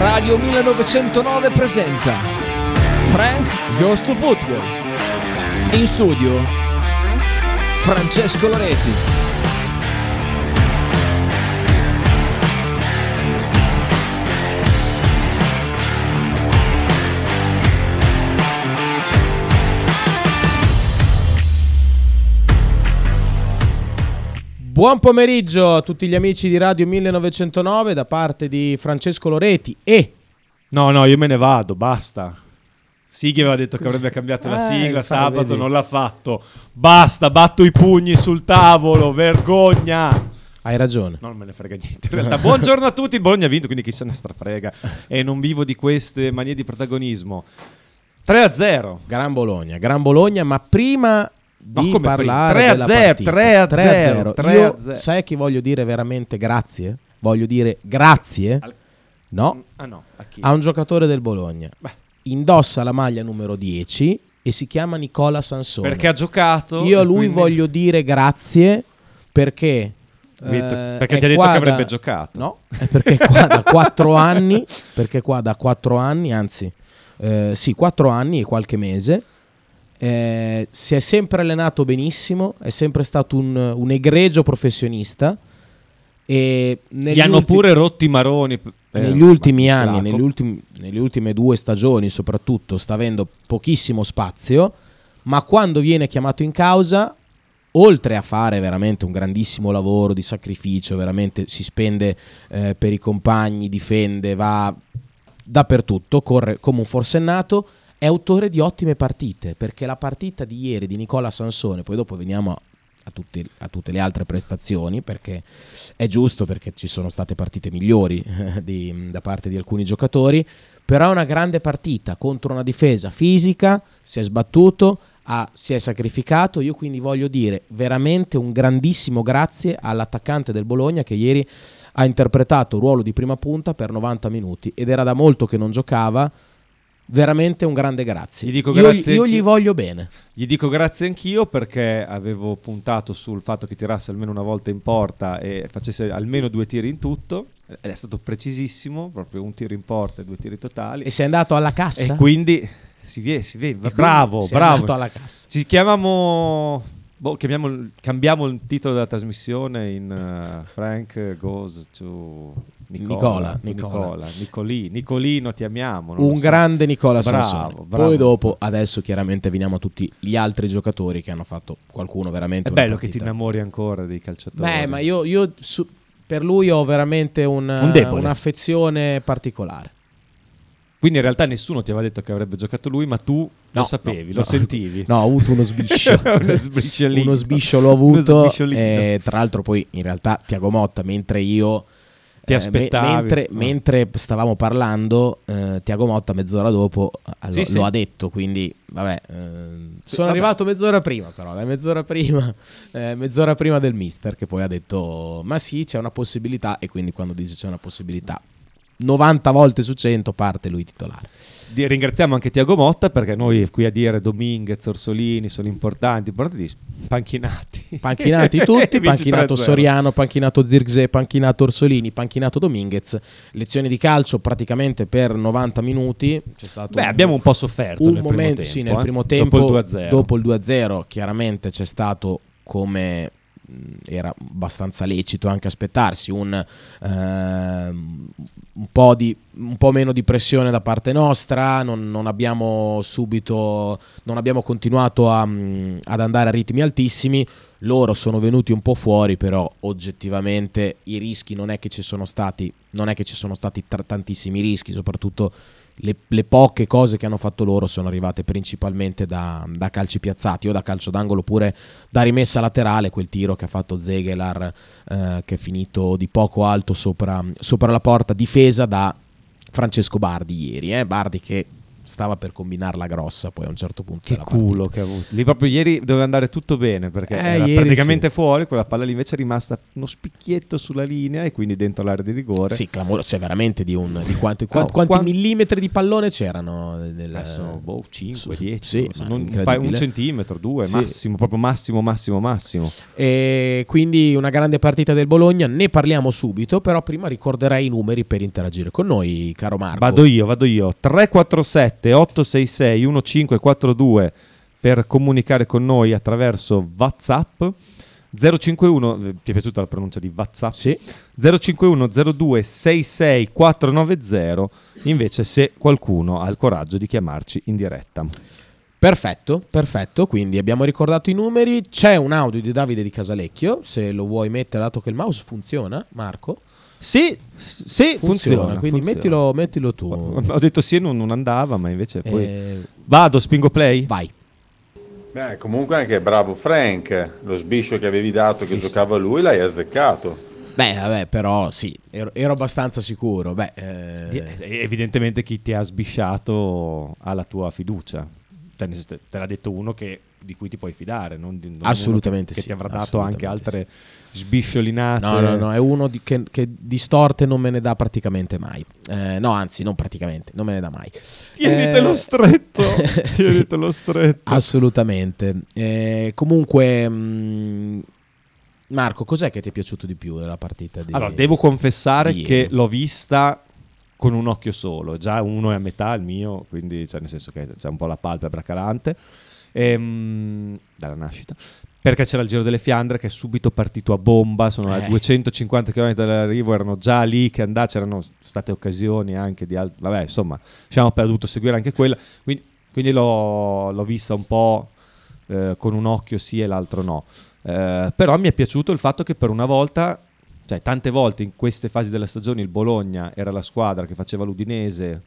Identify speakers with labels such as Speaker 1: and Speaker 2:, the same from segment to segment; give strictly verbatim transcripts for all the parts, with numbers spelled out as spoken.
Speaker 1: Radio millenovecentonove presenta Frank Goes to Football. In studio Francesco Loreti.
Speaker 2: Buon pomeriggio a tutti gli amici di Radio millenovecentonove da parte di Francesco Loreti e...
Speaker 3: No, no, io me ne vado, basta. Sighi aveva detto che avrebbe cambiato la
Speaker 2: Eh,
Speaker 3: sigla,
Speaker 2: infatti,
Speaker 3: sabato
Speaker 2: vedi.
Speaker 3: non l'ha fatto. Basta, batto i pugni sul tavolo, vergogna.
Speaker 2: Hai ragione.
Speaker 3: Non me ne frega niente. In realtà, buongiorno a tutti, il Bologna ha vinto, quindi chi se ne strafrega. E non vivo di queste manie di protagonismo. tre a zero.
Speaker 2: Gran Bologna, Gran Bologna, ma prima...
Speaker 3: No,
Speaker 2: di
Speaker 3: come
Speaker 2: parlare
Speaker 3: prima?
Speaker 2: della
Speaker 3: tre a zero,
Speaker 2: partita.
Speaker 3: tre a zero,
Speaker 2: tre a zero.
Speaker 3: tre a
Speaker 2: Io
Speaker 3: zero.
Speaker 2: sai chi voglio dire veramente grazie? Voglio dire grazie
Speaker 3: Al-
Speaker 2: no,
Speaker 3: Ah no, a chi?
Speaker 2: a un giocatore del Bologna.
Speaker 3: Beh.
Speaker 2: Indossa la maglia numero dieci e si chiama Nicola Sansone.
Speaker 3: Perché ha giocato.
Speaker 2: Io a
Speaker 3: e
Speaker 2: lui
Speaker 3: quindi-
Speaker 2: voglio dire grazie perché
Speaker 3: Detto-
Speaker 2: eh,
Speaker 3: perché
Speaker 2: è
Speaker 3: ti ha detto
Speaker 2: qua
Speaker 3: che avrebbe
Speaker 2: da-
Speaker 3: giocato.
Speaker 2: No, è perché qua da quattro anni, perché qua da quattro anni, anzi, eh, sì, quattro anni e qualche mese, eh, si è sempre allenato benissimo, è sempre stato un, un egregio professionista e negli
Speaker 3: Gli hanno
Speaker 2: ultimi-
Speaker 3: pure rotto i maroni. eh,
Speaker 2: negli ultimi
Speaker 3: ma-
Speaker 2: anni,
Speaker 3: Flaco.
Speaker 2: negli ultimi, nelle ultime due stagioni soprattutto, sta avendo pochissimo spazio, ma quando viene chiamato in causa, oltre a fare veramente un grandissimo lavoro di sacrificio, veramente si spende eh, per i compagni, difende, va dappertutto, corre come un forsennato, è autore di ottime partite, perché la partita di ieri di Nicola Sansone, poi dopo veniamo a, a, tutti- a tutte le altre prestazioni, perché è giusto, perché ci sono state partite migliori eh, di- da parte di alcuni giocatori, però è una grande partita contro una difesa fisica, si è sbattuto, ha- si è sacrificato. Io quindi voglio dire veramente un grandissimo grazie all'attaccante del Bologna che ieri ha interpretato il ruolo di prima punta per novanta minuti ed era da molto che non giocava. Veramente un grande grazie.
Speaker 3: Gli dico
Speaker 2: io
Speaker 3: grazie
Speaker 2: io
Speaker 3: anch'io.
Speaker 2: gli voglio bene.
Speaker 3: Gli dico grazie anch'io perché avevo puntato sul fatto che tirasse almeno una volta in porta e facesse almeno due tiri in tutto ed è stato precisissimo, proprio un tiro in porta e due tiri totali.
Speaker 2: E sei andato alla cassa?
Speaker 3: E quindi si vede, si vede,
Speaker 2: E quindi
Speaker 3: bravo,
Speaker 2: sei
Speaker 3: bravo.
Speaker 2: andato alla cassa.
Speaker 3: Ci chiamiamo, boh, chiamiamo il- cambiamo il titolo della trasmissione in uh, Frank Goes to Nicola,
Speaker 2: Nicola,
Speaker 3: to
Speaker 2: Nicola.
Speaker 3: Nicola, Nicoli, Nicolino ti amiamo. non lo
Speaker 2: Un
Speaker 3: so.
Speaker 2: grande Nicola
Speaker 3: Bravo,
Speaker 2: Sansone.
Speaker 3: bravo.
Speaker 2: Poi dopo, adesso chiaramente veniamo a tutti gli altri giocatori che hanno fatto qualcuno veramente
Speaker 3: È
Speaker 2: una
Speaker 3: bello che ti
Speaker 2: partita.
Speaker 3: innamori ancora dei calciatori.
Speaker 2: Beh, ma io, io su- per lui ho veramente un,
Speaker 3: Un debole.
Speaker 2: un'affezione particolare.
Speaker 3: Quindi in realtà nessuno ti aveva detto che avrebbe giocato lui, ma tu lo
Speaker 2: No,
Speaker 3: sapevi,
Speaker 2: no,
Speaker 3: lo
Speaker 2: no.
Speaker 3: sentivi.
Speaker 2: No, ho avuto uno sbiscio.
Speaker 3: Uno sbriciolino.
Speaker 2: Uno sbiscio l'ho
Speaker 3: Uno
Speaker 2: avuto.
Speaker 3: sbriciolino.
Speaker 2: E tra l'altro poi in realtà Tiago Motta, mentre io...
Speaker 3: Ti
Speaker 2: eh,
Speaker 3: aspettavi.
Speaker 2: mentre,
Speaker 3: No.
Speaker 2: mentre stavamo parlando, eh, Tiago Motta mezz'ora dopo eh,
Speaker 3: Sì,
Speaker 2: lo,
Speaker 3: sì.
Speaker 2: lo ha detto, quindi vabbè, eh, sono
Speaker 3: vabbè.
Speaker 2: arrivato mezz'ora prima però, dai, mezz'ora prima, eh, mezz'ora prima del mister che poi ha detto ma sì c'è una possibilità e quindi quando dice c'è una possibilità novanta volte su cento parte lui titolare.
Speaker 3: Di- Ringraziamo anche Tiago Motta perché noi qui a dire Dominguez, Orsolini sono importanti, importanti, panchinati.
Speaker 2: Pancinati
Speaker 3: E
Speaker 2: tutti,
Speaker 3: vinci
Speaker 2: panchinato
Speaker 3: tre a zero.
Speaker 2: Soriano, panchinato Zirkzee, panchinato Orsolini, panchinato Dominguez, lezioni di calcio praticamente per novanta minuti. C'è stato
Speaker 3: Beh,
Speaker 2: un-
Speaker 3: abbiamo un po' sofferto
Speaker 2: un
Speaker 3: nel
Speaker 2: momento,
Speaker 3: primo
Speaker 2: sì,
Speaker 3: tempo,
Speaker 2: nel
Speaker 3: eh.
Speaker 2: primo tempo,
Speaker 3: dopo il due a zero.
Speaker 2: dopo il due a zero, chiaramente c'è stato, come mh, era abbastanza lecito anche aspettarsi, un, ehm, un po' di un po' meno di pressione da parte nostra, non, non abbiamo subito non abbiamo continuato a, mh, ad andare a ritmi altissimi. Loro sono venuti un po' fuori, però oggettivamente i rischi non è che ci sono stati, non è che ci sono stati tra- tantissimi rischi, soprattutto le, le poche cose che hanno fatto loro sono arrivate principalmente da, da calci piazzati o da calcio d'angolo oppure da rimessa laterale, quel tiro che ha fatto Zegelar eh, che è finito di poco alto sopra, sopra la porta, difesa da Francesco Bardi ieri, eh? Bardi che stava per combinarla grossa poi a un certo punto
Speaker 3: Che
Speaker 2: della
Speaker 3: culo
Speaker 2: partita.
Speaker 3: che ha avuto. Lì proprio ieri doveva andare tutto bene perché
Speaker 2: Eh,
Speaker 3: era
Speaker 2: ieri
Speaker 3: praticamente
Speaker 2: sì.
Speaker 3: fuori, quella palla lì invece è rimasta uno spicchietto sulla linea e quindi dentro l'area di rigore.
Speaker 2: Sì, clamoroso, cioè veramente di un di quanti,
Speaker 3: Oh,
Speaker 2: quanti, quanti
Speaker 3: quan-
Speaker 2: millimetri di pallone c'erano nel,
Speaker 3: Adesso boh, cinque,
Speaker 2: su-
Speaker 3: dieci,
Speaker 2: sì,
Speaker 3: so,
Speaker 2: ma
Speaker 3: non- un,
Speaker 2: incredibile.
Speaker 3: paio- un centimetro, due,
Speaker 2: Sì.
Speaker 3: massimo, proprio massimo, massimo, massimo.
Speaker 2: E quindi una grande partita del Bologna, ne parliamo subito, però prima ricorderei i numeri per interagire con noi, caro Marco.
Speaker 3: Vado io, vado io. tre quattro sette otto sei sei uno cinque quattro due per comunicare con noi attraverso WhatsApp. zero cinquantuno, eh, ti è piaciuta la pronuncia di WhatsApp?
Speaker 2: Sì.
Speaker 3: zero cinquantuno zero due sei sei quattro nove zero invece se qualcuno ha il coraggio di chiamarci in diretta.
Speaker 2: Perfetto, perfetto, quindi abbiamo ricordato i numeri, c'è un audio di Davide di Casalecchio, se lo vuoi mettere dato che il mouse funziona, Marco?
Speaker 3: Sì, s- sì, funziona,
Speaker 2: quindi
Speaker 3: funziona.
Speaker 2: Mettilo, mettilo tu.
Speaker 3: Ho detto sì e non, non andava, ma invece poi
Speaker 2: Eh,
Speaker 3: vado, spingo play.
Speaker 2: vai.
Speaker 4: Beh, comunque anche bravo Frank, lo sbiscio che avevi dato che
Speaker 2: Visto.
Speaker 4: giocava lui l'hai azzeccato.
Speaker 2: Beh, vabbè, però sì, ero, ero abbastanza sicuro. Beh,
Speaker 3: Di-
Speaker 2: eh,
Speaker 3: Evidentemente chi ti ha sbisciato ha la tua fiducia. Te, ne- te l'ha detto uno che, di cui ti puoi fidare, non di, non uno
Speaker 2: Assolutamente
Speaker 3: che, che
Speaker 2: sì,
Speaker 3: ti avrà dato anche
Speaker 2: assolutamente
Speaker 3: altre sbisciolinate.
Speaker 2: no, no, no, è uno di- che, che di storte non me ne dà praticamente mai. Eh, no, anzi, non praticamente, non me ne dà mai.
Speaker 3: Tienitelo
Speaker 2: Eh,
Speaker 3: stretto,
Speaker 2: sì.
Speaker 3: tienitelo stretto.
Speaker 2: Assolutamente. Eh, comunque, mh, Marco, cos'è che ti è piaciuto di più della partita? Di...
Speaker 3: Allora, devo confessare
Speaker 2: di
Speaker 3: che
Speaker 2: ieri?
Speaker 3: l'ho vista con un occhio solo, già uno è a metà il mio, quindi cioè, nel senso che c'è un po' la palpebra calante ehm, dalla nascita, perché c'era il Giro delle Fiandre che è subito partito a bomba, sono a
Speaker 2: Eh.
Speaker 3: duecentocinquanta chilometri dall'arrivo, erano già lì che andava, c'erano state occasioni anche di altri, vabbè insomma, abbiamo dovuto seguire anche quella, quindi, quindi l'ho, l'ho vista un po' eh, con un occhio sì e l'altro no. Eh, però mi è piaciuto il fatto che per una volta, cioè tante volte in queste fasi della stagione il Bologna era la squadra che faceva l'Udinese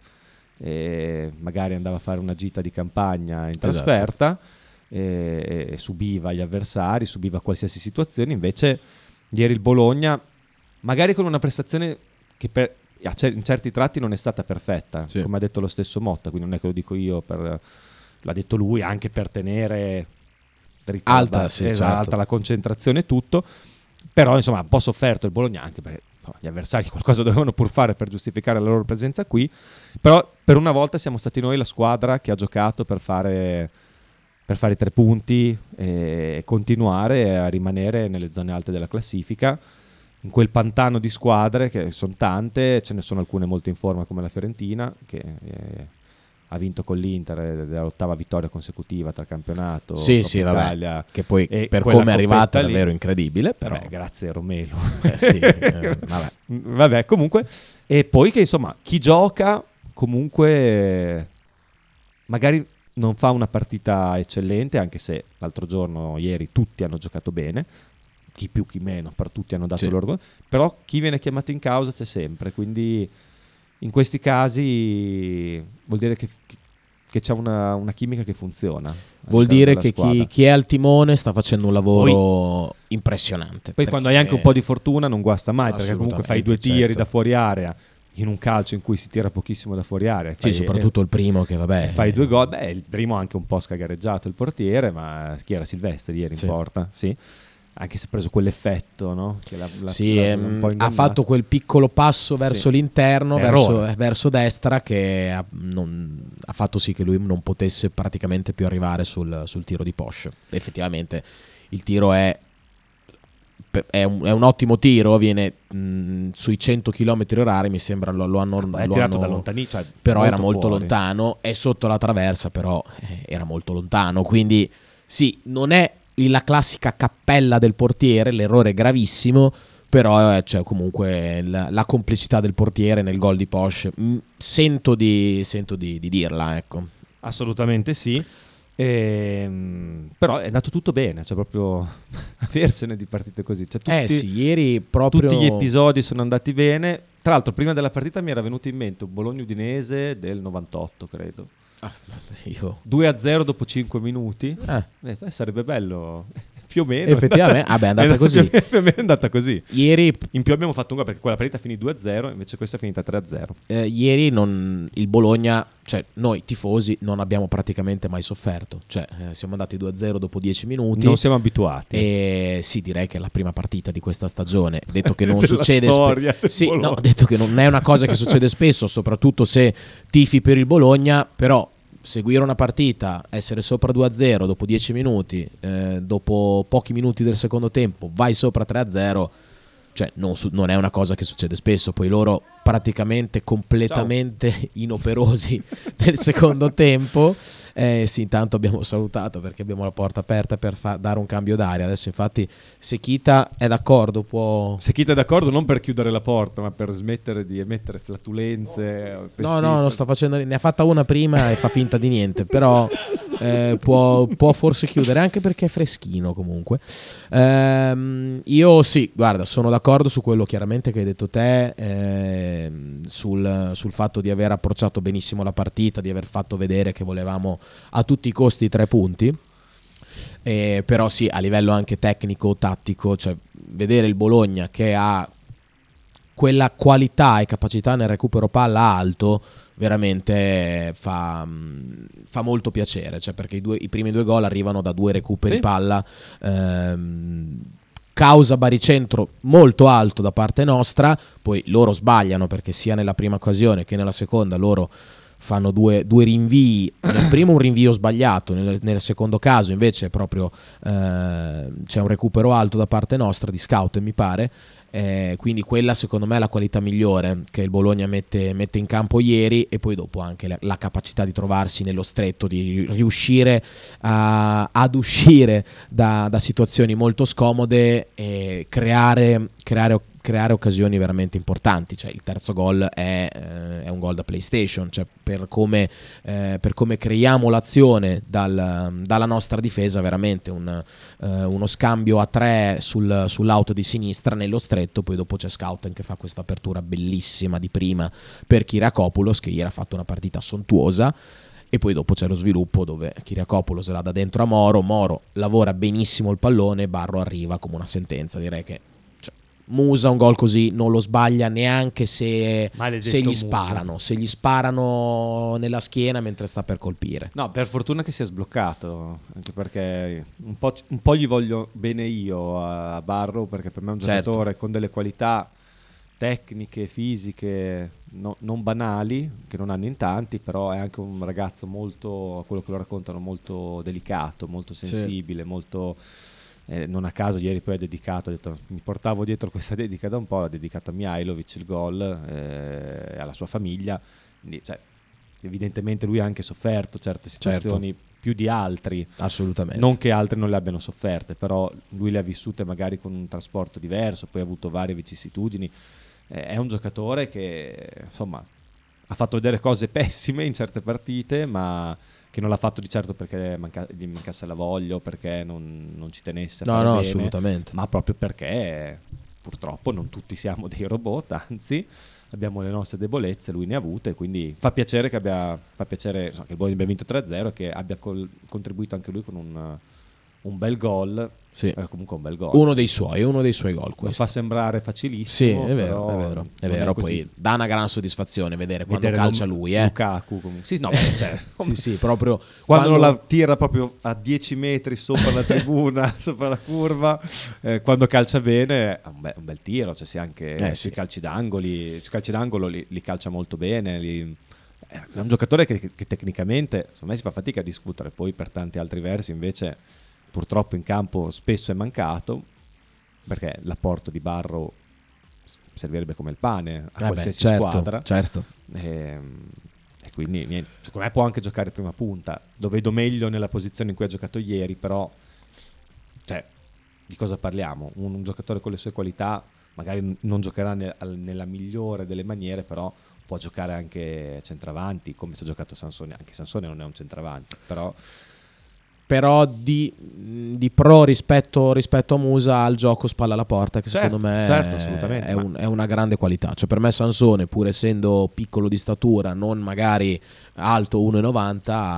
Speaker 3: e magari andava a fare una gita di campagna in
Speaker 2: Esatto.
Speaker 3: trasferta e, e subiva gli avversari, subiva qualsiasi situazione. Invece ieri il Bologna, magari con una prestazione che per, a cer- in certi tratti non è stata perfetta,
Speaker 2: Sì.
Speaker 3: come ha detto lo stesso Motta, quindi non è che lo dico io, per, l'ha detto lui anche per tenere dritta
Speaker 2: Alta,
Speaker 3: la,
Speaker 2: sì,
Speaker 3: esatto,
Speaker 2: certo.
Speaker 3: alta la concentrazione e tutto, però insomma un po' sofferto il Bologna anche perché no, gli avversari qualcosa dovevano pur fare per giustificare la loro presenza qui, però per una volta siamo stati noi la squadra che ha giocato per fare, per fare i tre punti e continuare a rimanere nelle zone alte della classifica in quel pantano di squadre che sono tante, ce ne sono alcune molto in forma come la Fiorentina che eh, ha vinto con l'Inter ed è l'ottava vittoria consecutiva tra campionato,
Speaker 2: Sì,
Speaker 3: Coppa
Speaker 2: sì, vabbè,
Speaker 3: Italia,
Speaker 2: che poi
Speaker 3: e
Speaker 2: per
Speaker 3: quella
Speaker 2: come è arrivata è
Speaker 3: coppetta lì.
Speaker 2: davvero incredibile, però
Speaker 3: Vabbè, grazie Romelu.
Speaker 2: Eh, sì, eh, vabbè.
Speaker 3: Vabbè, comunque, e poi che insomma, chi gioca comunque magari non fa una partita eccellente, anche se l'altro giorno, ieri, tutti hanno giocato bene, chi più chi meno, per tutti hanno dato
Speaker 2: Sì.
Speaker 3: il loro, però chi viene chiamato in causa c'è sempre, quindi in questi casi vuol dire che, che c'è una, una chimica che funziona.
Speaker 2: Vuol
Speaker 3: all'interno
Speaker 2: dire
Speaker 3: della
Speaker 2: che
Speaker 3: squadra.
Speaker 2: chi, chi è al timone sta facendo un lavoro impressionante.
Speaker 3: Poi quando hai anche un po' di fortuna non guasta mai, perché comunque fai due
Speaker 2: Assolutamente,
Speaker 3: tiri
Speaker 2: certo.
Speaker 3: da fuori area in un calcio in cui si tira pochissimo da fuori area.
Speaker 2: Sì,
Speaker 3: Fai-
Speaker 2: soprattutto il primo che vabbè.
Speaker 3: e fai due gol. Beh, il primo ha anche un po' scagareggiato il portiere, ma chi era Silvestri ieri
Speaker 2: Sì.
Speaker 3: in porta? Sì. Anche se ha preso quell'effetto, no? Che l'ha, l'ha-
Speaker 2: Sì,
Speaker 3: l'ha
Speaker 2: ehm,
Speaker 3: un po'
Speaker 2: ha
Speaker 3: ingannato.
Speaker 2: fatto quel piccolo passo verso
Speaker 3: Sì.
Speaker 2: l'interno,
Speaker 3: Errore.
Speaker 2: verso, eh, verso destra, che ha, non- ha fatto sì che lui non potesse praticamente più arrivare sul, sul tiro di Posch. Effettivamente il tiro è, è, un, è un ottimo tiro, viene mh, sui cento chilometri orari, mi sembra lo, lo hanno...
Speaker 3: Ma è
Speaker 2: lo
Speaker 3: tirato
Speaker 2: hanno-
Speaker 3: da lontanissimo, cioè
Speaker 2: però era molto
Speaker 3: fuori.
Speaker 2: lontano, è sotto la traversa, però eh, era molto lontano, quindi sì, non è la classica cappella del portiere, l'errore è gravissimo, però eh, c'è comunque la, la complicità del portiere nel gol di Posch. Mm, sento di, sento di, di dirla, ecco.
Speaker 3: Assolutamente sì. Ehm, però è andato tutto bene, cioè proprio avercene di partite così. Cioè, tutti,
Speaker 2: eh sì, ieri proprio...
Speaker 3: tutti gli episodi sono andati bene. Tra l'altro, prima della partita mi era venuto in mente un Bologna-Udinese del novantotto, credo.
Speaker 2: Ah, io...
Speaker 3: due a zero dopo cinque minuti.
Speaker 2: Eh.
Speaker 3: Eh, sarebbe bello più o meno.
Speaker 2: Effettivamente, ah beh, è andata così.
Speaker 3: Più o meno è andata così.
Speaker 2: Ieri,
Speaker 3: In più abbiamo fatto un gol perché quella partita finì due a zero, invece questa è finita tre a zero.
Speaker 2: eh, ieri non, il Bologna, cioè noi tifosi non abbiamo praticamente mai sofferto, cioè eh, siamo andati due a zero dopo dieci minuti.
Speaker 3: Non siamo abituati.
Speaker 2: E sì, direi che è la prima partita di questa stagione. Detto che non
Speaker 3: Della
Speaker 2: succede
Speaker 3: storia
Speaker 2: spe-
Speaker 3: del
Speaker 2: sì,
Speaker 3: Bologna.
Speaker 2: no, detto che non è una cosa che succede spesso, soprattutto se tifi per il Bologna, però seguire una partita, essere sopra due a zero dopo dieci minuti, eh, dopo pochi minuti del secondo tempo, vai sopra tre a zero, cioè non, su- non è una cosa che succede spesso. Poi loro praticamente completamente inoperosi nel secondo tempo. Eh, sì, intanto abbiamo salutato perché abbiamo la porta aperta per fa- dare un cambio d'aria. Adesso infatti se Kita è d'accordo può...
Speaker 3: Se chi è d'accordo non per chiudere la porta, ma per smettere di emettere flatulenze.
Speaker 2: No,
Speaker 3: pestiferi.
Speaker 2: no, non sto facendo, ne ha fatta una prima e fa finta di niente, però eh, può, può forse chiudere, anche perché è freschino comunque. Ehm, io sì, guarda, sono d'accordo su quello chiaramente che hai detto te, ehm, sul, sul fatto di aver approcciato benissimo la partita, di aver fatto vedere che volevamo a tutti i costi i tre punti. Eh, però sì, a livello anche tecnico, tattico, cioè vedere il Bologna che ha quella qualità e capacità nel recupero palla alto veramente fa, fa molto piacere, cioè perché i, due, i primi due gol arrivano da due recuperi
Speaker 3: Sì.
Speaker 2: palla, ehm, causa baricentro molto alto da parte nostra, poi loro sbagliano perché sia nella prima occasione che nella seconda loro fanno due, due rinvii, nel primo un rinvio sbagliato, nel, nel secondo caso invece proprio eh, c'è un recupero alto da parte nostra di scout mi pare, eh, quindi quella secondo me è la qualità migliore che il Bologna mette, mette in campo ieri, e poi dopo anche la, la capacità di trovarsi nello stretto, di riuscire a, ad uscire da, da situazioni molto scomode e creare, creare creare occasioni veramente importanti. Cioè il terzo gol è, eh, è un gol da PlayStation, cioè per come, eh, per come creiamo l'azione dal, dalla nostra difesa, veramente un, eh, uno scambio a tre sul, sull'auto di sinistra nello stretto, poi dopo c'è Scouten che fa questa apertura bellissima di prima per Kyriakopoulos, che ieri ha fatto una partita sontuosa. E poi dopo c'è lo sviluppo dove Kyriakopoulos la dà dentro a Moro, Moro lavora benissimo il pallone, Barro arriva come una sentenza. Direi che Musa un gol così non lo sbaglia neanche se, se gli
Speaker 3: Musa.
Speaker 2: sparano se gli sparano nella schiena mentre sta per colpire.
Speaker 3: No, per fortuna che si è sbloccato, anche perché un po', un po' gli voglio bene io a Barrow, perché per me è un
Speaker 2: Certo.
Speaker 3: giocatore con delle qualità tecniche, fisiche no- non banali, che non hanno in tanti, però è anche un ragazzo molto, a quello che lo raccontano, molto delicato, molto sensibile, sì. molto... Eh, non a caso ieri poi ha dedicato, ha detto, mi portavo dietro questa dedica da un po', ha dedicato a Mihailovic il gol e eh, alla sua famiglia. Quindi, cioè, evidentemente lui ha anche sofferto certe situazioni, certo. più di altri,
Speaker 2: assolutamente,
Speaker 3: non che altri non le abbiano sofferte, però lui le ha vissute magari con un trasporto diverso, poi ha avuto varie vicissitudini. Eh, è un giocatore che insomma ha fatto vedere cose pessime in certe partite, ma che non l'ha fatto di certo perché manca- gli mancasse la voglia o perché non, non ci tenesse a
Speaker 2: no
Speaker 3: fare
Speaker 2: no
Speaker 3: bene,
Speaker 2: assolutamente,
Speaker 3: ma proprio perché purtroppo non tutti siamo dei robot, anzi abbiamo le nostre debolezze, lui ne ha avute, quindi fa piacere che abbia fa piacere insomma, che il Bologna abbia vinto tre a zero e che abbia col- contribuito anche lui con un, un bel gol.
Speaker 2: Sì.
Speaker 3: Eh, comunque un bel gol.
Speaker 2: Uno dei suoi, uno dei suoi gol.
Speaker 3: Lo
Speaker 2: Questo.
Speaker 3: fa sembrare facilissimo.
Speaker 2: Sì, è vero,
Speaker 3: però
Speaker 2: è vero. È
Speaker 3: non
Speaker 2: vero.
Speaker 3: è così.
Speaker 2: Poi dà una gran soddisfazione vedere quando
Speaker 3: Vedere
Speaker 2: calcia
Speaker 3: lo-
Speaker 2: lui, eh.
Speaker 3: Lukaku comunque. Sì, no, beh, cioè,
Speaker 2: sì, sì, proprio
Speaker 3: quando,
Speaker 2: quando
Speaker 3: non la tira proprio a dieci metri sopra la tribuna, sopra la curva, eh, quando calcia bene, è un, be- un bel tiro. Cioè, si anche
Speaker 2: Eh,
Speaker 3: sui
Speaker 2: sì.
Speaker 3: calci d'angoli, sui calci d'angolo li, li calcia molto bene. Li, è un giocatore che, che, che tecnicamente, secondo me, si fa fatica a discutere. Poi, per tanti altri versi, invece, purtroppo in campo spesso è mancato, perché l'apporto di Barrow servirebbe come il pane a
Speaker 2: Eh
Speaker 3: qualsiasi
Speaker 2: beh, certo,
Speaker 3: squadra.
Speaker 2: certo.
Speaker 3: E, e quindi niente, secondo me può anche giocare prima punta. Lo vedo meglio nella posizione in cui ha giocato ieri, però cioè, di cosa parliamo? Un, un giocatore con le sue qualità magari non giocherà ne, al, nella migliore delle maniere, però può giocare anche centravanti, come ci ha giocato Sansone. Anche Sansone non è un centravanti, però
Speaker 2: Però di, di pro rispetto, rispetto a Musa al gioco spalla alla porta, che
Speaker 3: certo,
Speaker 2: secondo me
Speaker 3: certo,
Speaker 2: è,
Speaker 3: assolutamente,
Speaker 2: è,
Speaker 3: ma-
Speaker 2: un- è una grande qualità. Cioè per me Sansone, pur essendo piccolo di statura, non magari alto uno e novanta,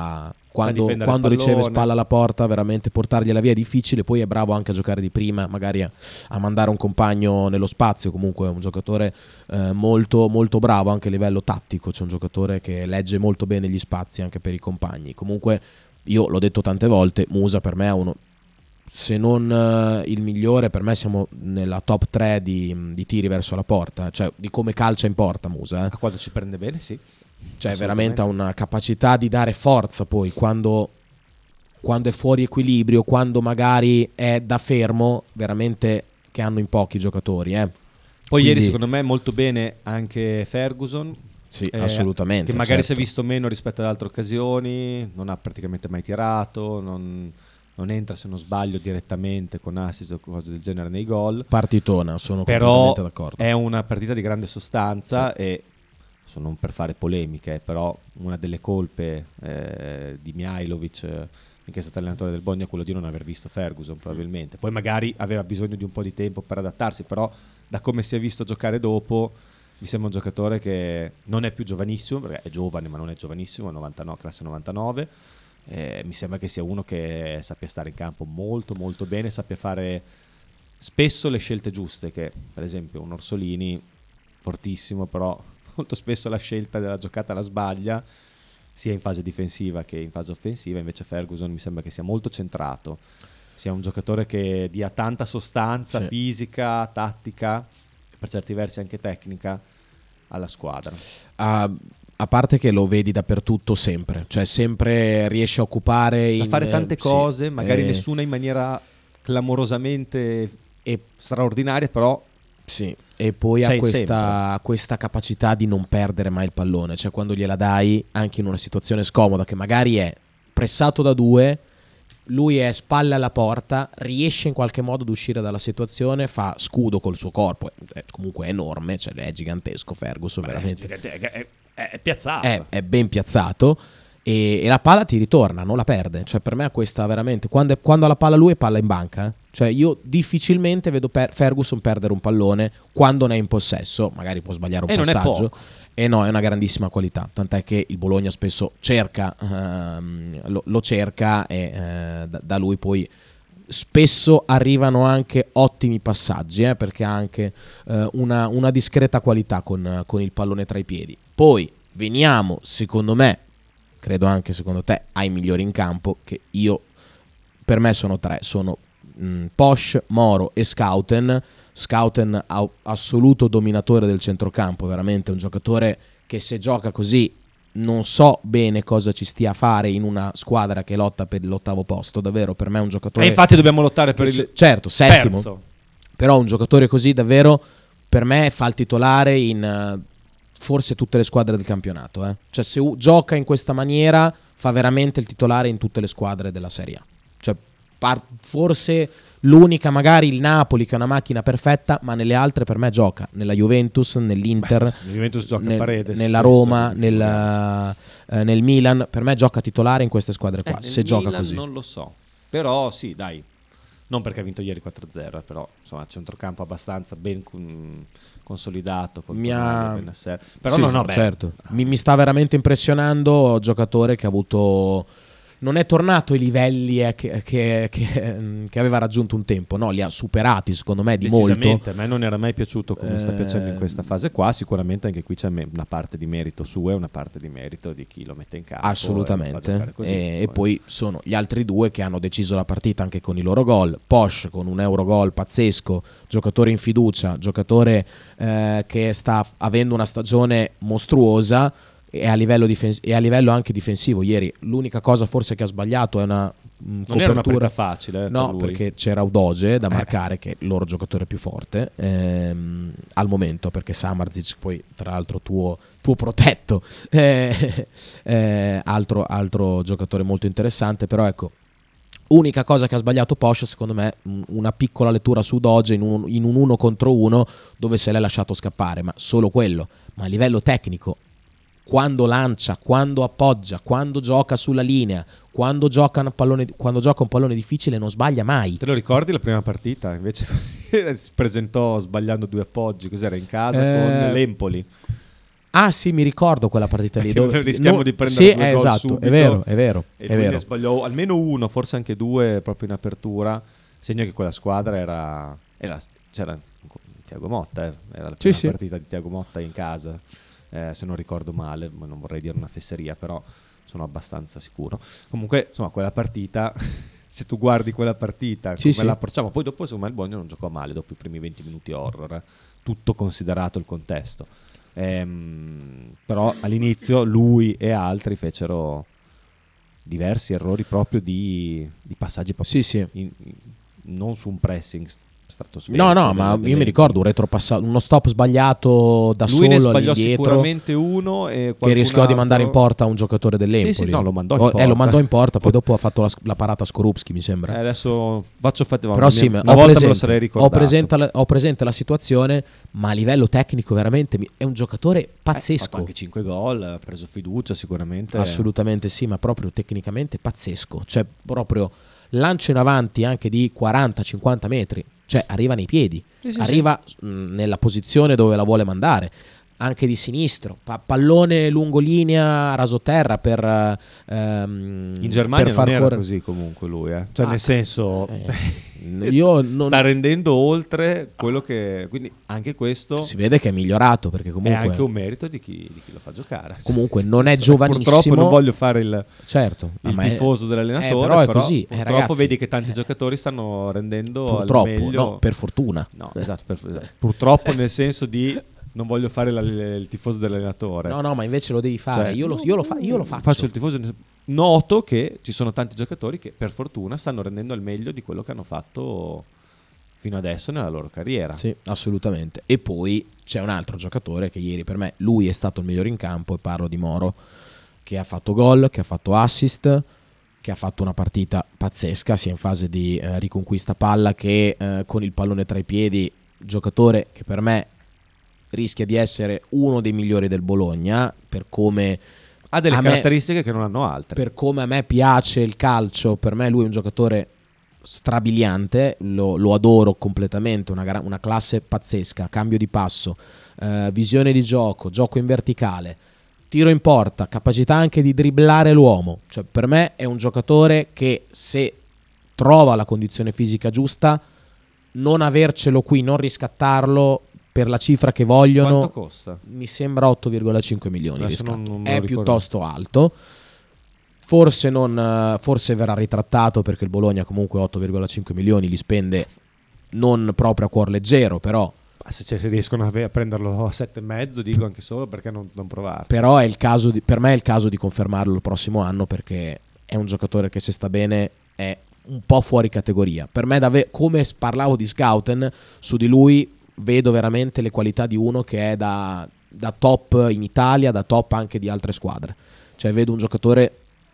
Speaker 2: quando,
Speaker 3: difendere
Speaker 2: quando
Speaker 3: il
Speaker 2: riceve
Speaker 3: pallone.
Speaker 2: spalla alla porta, veramente portargliela via è difficile. Poi è bravo anche a giocare di prima, magari a, a mandare un compagno nello spazio. Comunque è un giocatore eh, molto, molto bravo anche a livello tattico. C'è un giocatore che legge molto bene gli spazi anche per i compagni. Comunque io l'ho detto tante volte, Musa per me è uno, se non uh, il migliore, per me siamo nella top tre di, di tiri verso la porta, cioè di come calcia in porta Musa, eh.
Speaker 3: A quando ci prende bene, sì.
Speaker 2: Cioè veramente ha una capacità di dare forza poi quando, quando è fuori equilibrio, quando magari è da fermo, veramente che hanno in pochi giocatori, eh.
Speaker 3: Poi
Speaker 2: Quindi,
Speaker 3: ieri secondo me molto bene anche Ferguson.
Speaker 2: Sì,
Speaker 3: eh,
Speaker 2: assolutamente.
Speaker 3: Che magari
Speaker 2: certo.
Speaker 3: si è visto meno rispetto ad altre occasioni, non ha praticamente mai tirato, non, non entra se non sbaglio direttamente con assist o cose del genere nei gol.
Speaker 2: Partitona, sono
Speaker 3: Però
Speaker 2: completamente d'accordo.
Speaker 3: è una partita di grande sostanza e non per fare polemiche, però una delle colpe eh, di Mihajlovic, eh, che è stato allenatore del Bologna, è quello di non aver visto Ferguson probabilmente. Poi magari aveva bisogno di un po' di tempo per adattarsi, però da come si è visto giocare dopo mi sembra un giocatore che non è più giovanissimo, perché è giovane ma non è giovanissimo, novantanove, classe novantanove. Eh, mi sembra che sia uno che sappia stare in campo molto molto bene, sappia fare spesso le scelte giuste, che per esempio un Orsolini fortissimo, però molto spesso la scelta della giocata la sbaglia sia in fase difensiva che in fase offensiva. Invece Ferguson mi sembra che sia molto centrato, sia un giocatore che dia tanta sostanza,
Speaker 2: sì,
Speaker 3: fisica, tattica, per certi versi anche tecnica alla squadra.
Speaker 2: A, a parte che lo vedi dappertutto sempre, cioè sempre riesce a occupare
Speaker 3: Sa
Speaker 2: in,
Speaker 3: fare tante
Speaker 2: eh,
Speaker 3: cose,
Speaker 2: sì,
Speaker 3: magari
Speaker 2: eh,
Speaker 3: nessuna in maniera clamorosamente
Speaker 2: e
Speaker 3: straordinaria, però
Speaker 2: sì, e poi
Speaker 3: c'è
Speaker 2: ha questa,
Speaker 3: sempre.
Speaker 2: questa capacità di non perdere mai il pallone, cioè quando gliela dai anche in una situazione scomoda che magari è pressato da due, lui è spalle alla porta, riesce in qualche modo ad uscire dalla situazione, fa scudo col suo corpo, è, comunque è enorme, cioè è gigantesco Ferguson,
Speaker 3: Beh,
Speaker 2: veramente
Speaker 3: è, è, è, è piazzato.
Speaker 2: è, è ben piazzato e, e la palla ti ritorna, non la perde, cioè per me è questa veramente, quando, è, quando ha la palla lui è palla in banca, eh? Cioè io difficilmente vedo per Ferguson perdere un pallone quando ne è in possesso, magari può sbagliare un
Speaker 3: E non è
Speaker 2: passaggio
Speaker 3: poco.
Speaker 2: e no, è una grandissima qualità, tant'è che il Bologna spesso cerca ehm, lo, lo cerca e eh, da, da lui poi spesso arrivano anche ottimi passaggi, eh, perché ha anche eh, una, una discreta qualità con, con il pallone tra i piedi. Poi veniamo, secondo me, credo anche secondo te, ai migliori in campo, che io, per me sono tre, sono mh, Posch, Moro e Schouten. Schouten ha assoluto dominatore del centrocampo, veramente un giocatore che se gioca così non so bene cosa ci stia a fare in una squadra che lotta per l'ottavo posto, davvero per me è un giocatore
Speaker 3: E infatti dobbiamo lottare per il
Speaker 2: se, certo, settimo,
Speaker 3: terzo.
Speaker 2: però un giocatore così davvero per me fa il titolare in uh, forse tutte le squadre del campionato, eh. Cioè se u- gioca in questa maniera fa veramente il titolare in tutte le squadre della Serie A, cioè par- forse l'unica magari il Napoli che è una macchina perfetta, ma nelle altre per me gioca, nella Juventus, nell'Inter,
Speaker 3: Beh, la Juventus gioca
Speaker 2: nel-
Speaker 3: Paredes,
Speaker 2: nella
Speaker 3: spesso,
Speaker 2: Roma,
Speaker 3: quindi
Speaker 2: nel, eh, nel Milan, per me gioca titolare in queste squadre qua,
Speaker 3: Eh,
Speaker 2: se
Speaker 3: nel
Speaker 2: gioca
Speaker 3: Milan
Speaker 2: così.
Speaker 3: non lo so, però sì, dai, non perché ha vinto ieri quattro a zero, eh, però insomma c'è un centrocampo abbastanza ben con- consolidato con
Speaker 2: Mi
Speaker 3: Tonali
Speaker 2: ha-
Speaker 3: e Bennacer. Però
Speaker 2: Sì,
Speaker 3: no, no,
Speaker 2: no,
Speaker 3: beh,
Speaker 2: certo. Mi, mi sta veramente impressionando, giocatore che ha avuto, non è tornato ai livelli eh, che, che- che- che aveva raggiunto un tempo, no, li ha superati secondo me di molto.
Speaker 3: decisamente, a me non era mai piaciuto come sta
Speaker 2: Eh,
Speaker 3: piacendo in questa fase qua. Sicuramente anche qui c'è me- una parte di merito sua e una parte di merito di chi lo mette in campo e lo fa
Speaker 2: Assolutamente.
Speaker 3: giocare così.
Speaker 2: E, e poi sono gli altri due che hanno deciso la partita anche con i loro gol. Posch con un Eurogol pazzesco, giocatore in fiducia, giocatore eh, che sta avendo una stagione mostruosa e a livello difens- e a livello anche difensivo. Ieri l'unica cosa forse che ha sbagliato è una mh,
Speaker 3: non era una
Speaker 2: copertura
Speaker 3: partita facile, eh,
Speaker 2: no,
Speaker 3: per lui.
Speaker 2: perché c'era Udoge da
Speaker 3: Eh.
Speaker 2: marcare, che è il loro giocatore più forte ehm, al momento, perché Samardzic poi tra l'altro tuo, tuo protetto eh, eh, altro, altro giocatore molto interessante, però ecco, unica cosa che ha sbagliato Posch secondo me, mh, una piccola lettura su Udoge in un, in un uno contro uno dove se l'è lasciato scappare, ma solo quello. Ma a livello tecnico, quando lancia, quando appoggia, quando gioca sulla linea, quando gioca un pallone, quando gioca un pallone difficile non sbaglia mai.
Speaker 3: Te lo ricordi la prima partita? Invece si presentò sbagliando due appoggi, cos'era, in casa
Speaker 2: Eh,
Speaker 3: con l'Empoli.
Speaker 2: Ah sì, mi ricordo quella partita lì dove
Speaker 3: rischiamo
Speaker 2: no,
Speaker 3: di prendere
Speaker 2: sì,
Speaker 3: due
Speaker 2: eh,
Speaker 3: gol
Speaker 2: esatto,
Speaker 3: subito,
Speaker 2: è vero, è vero,
Speaker 3: e
Speaker 2: è
Speaker 3: lui
Speaker 2: vero.
Speaker 3: ne sbagliò almeno uno, forse anche due proprio in apertura, segno che quella squadra era, era c'era Thiago Motta, eh, era la prima
Speaker 2: Sì, sì.
Speaker 3: partita di Thiago Motta in casa, eh, se non ricordo male, ma non vorrei dire una fesseria, però sono abbastanza sicuro. Comunque, insomma, quella partita se tu guardi quella partita
Speaker 2: Sì,
Speaker 3: come
Speaker 2: sì.
Speaker 3: la approcciamo, poi dopo secondo me il Bologna non giocò male dopo i primi venti minuti horror, eh, tutto considerato il contesto. Ehm, però all'inizio lui e altri fecero diversi errori proprio di, di passaggi proprio
Speaker 2: Sì, sì.
Speaker 3: in- in- non su un pressing st- stratosferico.
Speaker 2: No, no,
Speaker 3: del-
Speaker 2: ma io
Speaker 3: delle-
Speaker 2: mi ricordo un retropassaggio, uno stop sbagliato da
Speaker 3: lui ne
Speaker 2: solo
Speaker 3: sbagliò
Speaker 2: all'indietro
Speaker 3: sicuramente uno e
Speaker 2: che
Speaker 3: qualcun
Speaker 2: rischiò di mandare in
Speaker 3: altro-
Speaker 2: porta un giocatore dell'Empoli.
Speaker 3: Sì, sì, no, lo mandò in
Speaker 2: Oh,
Speaker 3: porta.
Speaker 2: Eh, lo mandò in porta, poi dopo ha fatto la, la parata Skorupski, mi sembra.
Speaker 3: Eh, adesso faccio fatica,
Speaker 2: Però sì,
Speaker 3: una
Speaker 2: ho
Speaker 3: volta
Speaker 2: presente,
Speaker 3: me lo sarei
Speaker 2: ho,
Speaker 3: ricordato.
Speaker 2: presente la, ho presente la situazione, ma a livello tecnico veramente mi- è un giocatore
Speaker 3: Eh, ha fatto
Speaker 2: pazzesco.
Speaker 3: anche cinque gol, ha preso fiducia sicuramente.
Speaker 2: Assolutamente sì, ma proprio tecnicamente pazzesco. Cioè, proprio lancio in avanti anche di quaranta cinquanta metri. Cioè, arriva nei piedi,
Speaker 3: Sì, sì,
Speaker 2: arriva mh, nella posizione dove la vuole mandare. Anche di sinistro, pa- pallone lungolinea rasoterra per ehm,
Speaker 3: In Germania
Speaker 2: per far
Speaker 3: non era
Speaker 2: correre.
Speaker 3: così comunque lui, eh. Cioè
Speaker 2: Ah,
Speaker 3: nel senso
Speaker 2: eh, io non-
Speaker 3: sta rendendo oltre quello che, quindi anche questo
Speaker 2: si vede che è migliorato perché
Speaker 3: è
Speaker 2: comunque
Speaker 3: anche un merito di chi, di chi lo fa giocare.
Speaker 2: Comunque
Speaker 3: Cioè,
Speaker 2: non è
Speaker 3: nel senso,
Speaker 2: giovanissimo.
Speaker 3: Purtroppo non voglio fare il,
Speaker 2: certo,
Speaker 3: il
Speaker 2: ma è-
Speaker 3: tifoso dell'allenatore,
Speaker 2: eh, però è
Speaker 3: però
Speaker 2: così, eh,
Speaker 3: purtroppo
Speaker 2: ragazzi.
Speaker 3: vedi che tanti giocatori stanno rendendo
Speaker 2: Purtroppo,
Speaker 3: al meglio.
Speaker 2: no, per fortuna.
Speaker 3: No, esatto, per- esatto. Purtroppo nel senso di non voglio fare la- il tifoso dell'allenatore.
Speaker 2: No, no, ma invece lo devi fare.
Speaker 3: Cioè,
Speaker 2: io, lo, io lo fa- io lo faccio.
Speaker 3: Faccio il tifoso. Noto che ci sono tanti giocatori che per fortuna stanno rendendo al meglio di quello che hanno fatto fino adesso nella loro carriera.
Speaker 2: Sì, assolutamente. E poi c'è un altro giocatore che ieri per me lui è stato il migliore in campo, e parlo di Moro, che ha fatto gol, che ha fatto assist, che ha fatto una partita pazzesca sia in fase di eh, riconquista palla che eh, con il pallone tra i piedi. Giocatore che per me rischia di essere uno dei migliori del Bologna per come
Speaker 3: Ha delle
Speaker 2: a me-
Speaker 3: caratteristiche che non hanno altre.
Speaker 2: per come a me piace il calcio. Per me lui è un giocatore strabiliante, lo, lo adoro completamente, una, gara- una classe pazzesca, cambio di passo, eh, visione di gioco, gioco in verticale, tiro in porta, capacità anche di dribblare l'uomo. Cioè, per me è un giocatore che se trova la condizione fisica giusta, non avercelo qui, non riscattarlo per la cifra che vogliono,
Speaker 3: Quanto costa?
Speaker 2: mi sembra otto virgola cinque milioni di
Speaker 3: Adesso non-
Speaker 2: riscatto.
Speaker 3: non me lo
Speaker 2: È
Speaker 3: ricordo.
Speaker 2: piuttosto alto. Forse, non, eh, forse verrà ritrattato perché il Bologna comunque otto virgola cinque milioni li spende non proprio a cuor leggero, però,
Speaker 3: Ma se, se riescono a, ve- a prenderlo a sette e mezzo, dico anche solo perché non, non provarci.
Speaker 2: però è il caso di- per me è il caso di confermarlo il prossimo anno perché è un giocatore che se sta bene è un po' fuori categoria. Per me, dave- come s- parlavo di Scouten, su di lui vedo veramente le qualità di uno che è da, da top in Italia, da top anche di altre squadre. Cioè vedo un giocatore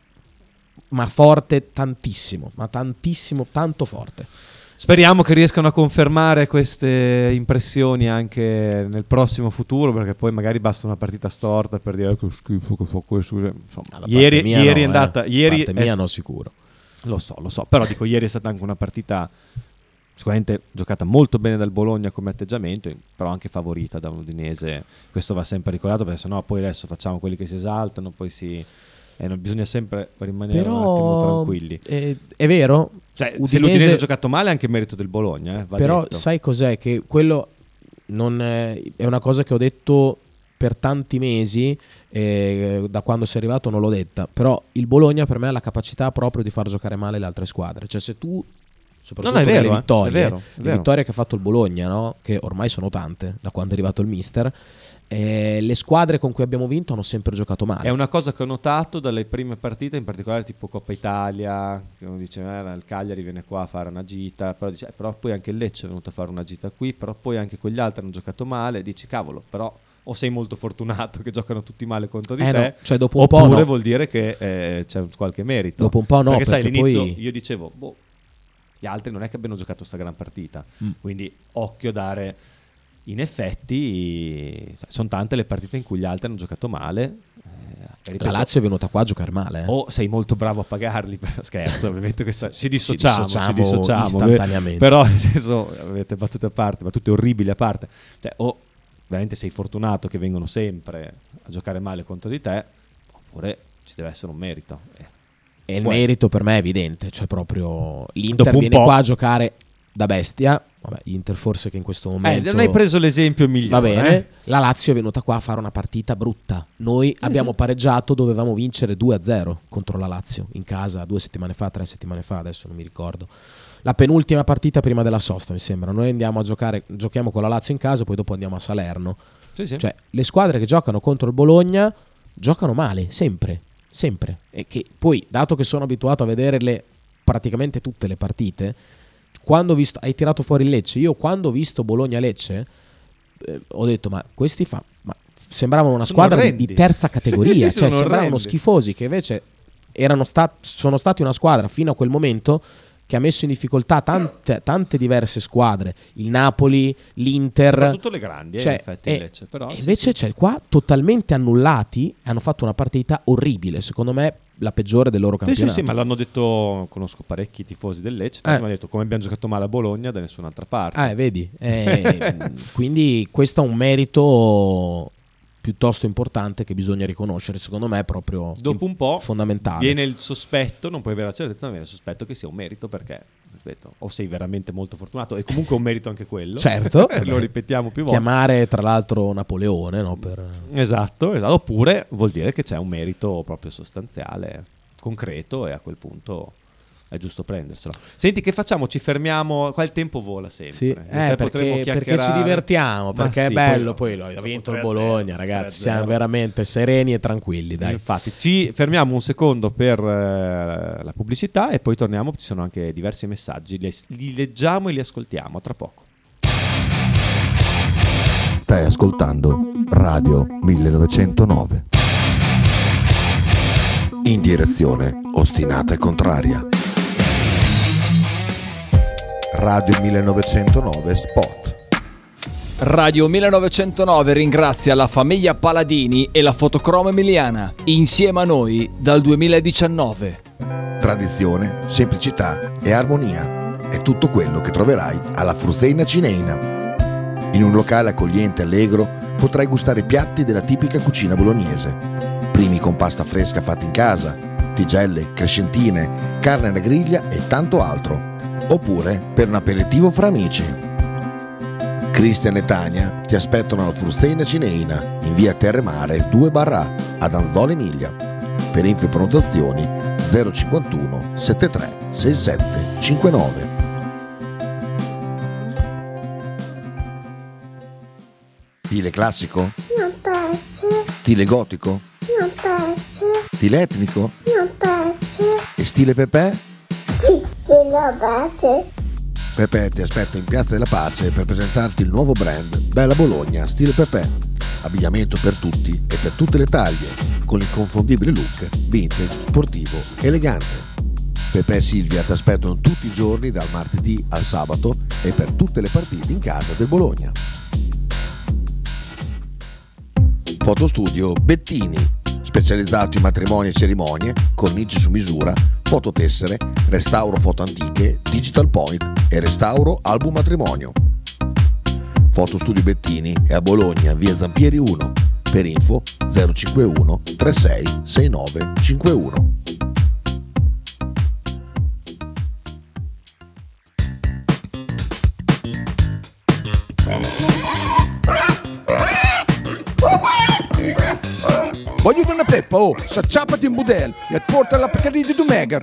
Speaker 2: ma forte tantissimo, ma tantissimo, tanto forte.
Speaker 3: Speriamo che riescano a confermare queste impressioni anche nel prossimo futuro, perché poi magari basta una partita storta per dire che schifo che fa questo. Insomma,
Speaker 2: Ma da
Speaker 3: ieri,
Speaker 2: parte mia
Speaker 3: ieri è
Speaker 2: no,
Speaker 3: andata.
Speaker 2: eh.
Speaker 3: Ieri
Speaker 2: parte
Speaker 3: è-
Speaker 2: mia no sicuro.
Speaker 3: Lo so, lo so, però dico ieri è stata anche una partita sicuramente giocata molto bene dal Bologna come atteggiamento, però anche favorita da un Udinese. Questo va sempre ricordato perché sennò poi adesso facciamo quelli che si esaltano, poi si eh, non- bisogna sempre rimanere un attimo
Speaker 2: Però
Speaker 3: tranquilli.
Speaker 2: eh, è vero,
Speaker 3: Cioè, se
Speaker 2: Udinese-
Speaker 3: l'Udinese ha giocato male è anche merito del Bologna, eh, va
Speaker 2: però
Speaker 3: detto.
Speaker 2: sai cos'è? Che quello non è, è una cosa che ho detto per tanti mesi, eh, da quando sei arrivato non l'ho detta, però il Bologna per me ha la capacità proprio di far giocare male le altre squadre. Cioè se tu, soprattutto
Speaker 3: No, no, è vero,
Speaker 2: nelle
Speaker 3: eh,
Speaker 2: vittorie,
Speaker 3: è vero, è
Speaker 2: le
Speaker 3: vero.
Speaker 2: vittorie che ha fatto il Bologna, no? Che ormai sono tante da quando è arrivato il mister, eh, le squadre con cui abbiamo vinto hanno sempre giocato male.
Speaker 3: È una cosa che ho notato dalle prime partite, in particolare tipo Coppa Italia, che uno dice eh, il Cagliari viene qua a fare una gita, però, dice, eh, però poi anche il Lecce è venuto a fare una gita qui, però poi anche quegli altri hanno giocato male, dici cavolo, però o sei molto fortunato che giocano tutti male contro di
Speaker 2: Eh
Speaker 3: te,
Speaker 2: no, cioè dopo un po'
Speaker 3: oppure
Speaker 2: no.
Speaker 3: vuol dire che eh, c'è qualche merito.
Speaker 2: Dopo un po' no,
Speaker 3: perché sai,
Speaker 2: perché
Speaker 3: all'inizio
Speaker 2: poi-
Speaker 3: io dicevo, boh, gli altri non è che abbiano giocato sta gran partita,
Speaker 2: Mm.
Speaker 3: quindi occhio a dare. In effetti sai, sono tante le partite in cui gli altri hanno giocato male. eh, ripeto,
Speaker 2: La Lazio è venuta qua a giocare male. eh.
Speaker 3: o sei molto bravo a pagarli per scherzo, ovviamente questa, ci dissociamo, ci
Speaker 2: dissociamo
Speaker 3: dissociamo,
Speaker 2: istantaneamente.
Speaker 3: però nel senso avete battute a parte, battute orribili a parte, cioè, o veramente sei fortunato che vengono sempre a giocare male contro di te, oppure ci deve essere un merito. Eh.
Speaker 2: E il
Speaker 3: Poi-
Speaker 2: merito per me è evidente, cioè proprio l'Inter
Speaker 3: Dopo un
Speaker 2: viene
Speaker 3: po'.
Speaker 2: qua a giocare da bestia. Vabbè, Inter forse che in questo
Speaker 3: Eh,
Speaker 2: momento
Speaker 3: non hai preso l'esempio migliore.
Speaker 2: va bene.
Speaker 3: eh?
Speaker 2: La Lazio è venuta qua a fare una partita brutta. Noi abbiamo
Speaker 3: sì.
Speaker 2: pareggiato, dovevamo vincere due a zero contro la Lazio in casa due settimane fa, tre settimane fa, adesso non mi ricordo. La penultima partita prima della sosta, mi sembra. Noi andiamo a giocare, giochiamo con la Lazio in casa, poi dopo andiamo a Salerno.
Speaker 3: Sì, sì.
Speaker 2: Cioè, le squadre che giocano contro il Bologna giocano male, sempre, sempre. E che poi, dato che sono abituato a vederle praticamente tutte le partite, quando ho visto, hai tirato fuori il Lecce, io quando ho visto Bologna-Lecce eh, ho detto, ma questi fa, ma sembravano una
Speaker 3: Sono
Speaker 2: squadra di,
Speaker 3: orrendi.
Speaker 2: di terza categoria,
Speaker 3: Sì, sì,
Speaker 2: cioè
Speaker 3: sono
Speaker 2: sembravano
Speaker 3: orrendi.
Speaker 2: schifosi, che invece erano stat- sono stati una squadra fino a quel momento che ha messo in difficoltà tante, tante diverse squadre, il Napoli, l'Inter,
Speaker 3: Soprattutto le grandi, eh,
Speaker 2: cioè,
Speaker 3: in effetti,
Speaker 2: e-
Speaker 3: il Lecce, però,
Speaker 2: e
Speaker 3: sì,
Speaker 2: invece
Speaker 3: sì.
Speaker 2: c'è qua totalmente annullati, hanno fatto una partita orribile, secondo me la peggiore del loro
Speaker 3: Sì,
Speaker 2: campionato.
Speaker 3: sì, sì, ma l'hanno detto, conosco parecchi tifosi del Lecce,
Speaker 2: Eh.
Speaker 3: mi hanno detto come abbiamo giocato male a Bologna da nessun'altra parte.
Speaker 2: Ah, vedi, eh, quindi questo è un merito piuttosto importante che bisogna riconoscere, secondo me è proprio
Speaker 3: Dopo un po'
Speaker 2: fondamentale.
Speaker 3: viene il sospetto, non puoi avere la certezza, ma viene il sospetto che sia un merito perché, ripeto, o sei veramente molto fortunato e comunque è un merito anche quello.
Speaker 2: Certo,
Speaker 3: Lo ripetiamo più volte.
Speaker 2: chiamare tra l'altro Napoleone, no, per...
Speaker 3: Esatto, esatto, oppure vuol dire che c'è un merito proprio sostanziale, concreto e a quel punto è giusto prenderselo. Senti, che facciamo? Ci fermiamo, qua il tempo vola sempre.
Speaker 2: Sì,
Speaker 3: E
Speaker 2: eh,
Speaker 3: te potremo
Speaker 2: perché, perché ci
Speaker 3: chiacchierare.
Speaker 2: divertiamo,
Speaker 3: Ma
Speaker 2: perché
Speaker 3: sì,
Speaker 2: è bello,
Speaker 3: poi-
Speaker 2: poi, ha
Speaker 3: dopo
Speaker 2: vinto il
Speaker 3: tre a zero,
Speaker 2: Bologna, ragazzi,
Speaker 3: tre a zero.
Speaker 2: siamo veramente sereni e tranquilli, dai.
Speaker 3: Infatti, ci fermiamo un secondo per eh, la pubblicità e poi torniamo. Ci sono anche diversi messaggi, li, li leggiamo e li ascoltiamo tra poco.
Speaker 5: Stai ascoltando Radio millenovecentonove. In direzione ostinata e contraria. Radio millenovecentonove Spot.
Speaker 1: Radio millenovecentonove ringrazia la famiglia Paladini e la Fotocromo Emiliana, insieme a noi dal duemiladiciannove.
Speaker 5: Tradizione, semplicità e armonia è tutto quello che troverai alla Fruzeina Cineina. In un locale accogliente e allegro potrai gustare piatti della tipica cucina bolognese. Primi con pasta fresca fatta in casa, tigelle, crescentine, carne alla griglia e tanto altro. Oppure per un aperitivo fra amici. Cristian e Tania ti aspettano alla Fruzeina Cineina in via Terremare due barra A ad Anzola Emilia. Per info e prenotazioni zero cinquantuno settantatré sessantasette cinquantanove. Stile classico?
Speaker 6: Non piace,
Speaker 5: Stile gotico?
Speaker 6: non piace,
Speaker 5: Stile etnico?
Speaker 6: non piace.
Speaker 5: E stile Pepe?
Speaker 6: Sì, quello piace.
Speaker 5: Pepe ti aspetta in Piazza della Pace per presentarti il nuovo brand Bella Bologna Stile Pepe. Abbigliamento per tutti e per tutte le taglie, con l'inconfondibile look vintage, sportivo, elegante. Pepe e Silvia ti aspettano tutti i giorni dal martedì al sabato e per tutte le partite in casa del Bologna. Fotostudio Bettini, specializzato in matrimoni e cerimonie, cornici su misura, fototessere, restauro foto antiche, digital point e restauro album matrimonio. Fotostudio Bettini è a Bologna, via Zampieri uno. Per info zero cinquantuno trentasei sessantanove cinquantuno.
Speaker 7: Voglio una peppa, oh, s'acciappati in budel e porta la Pcaridi di Dumegar.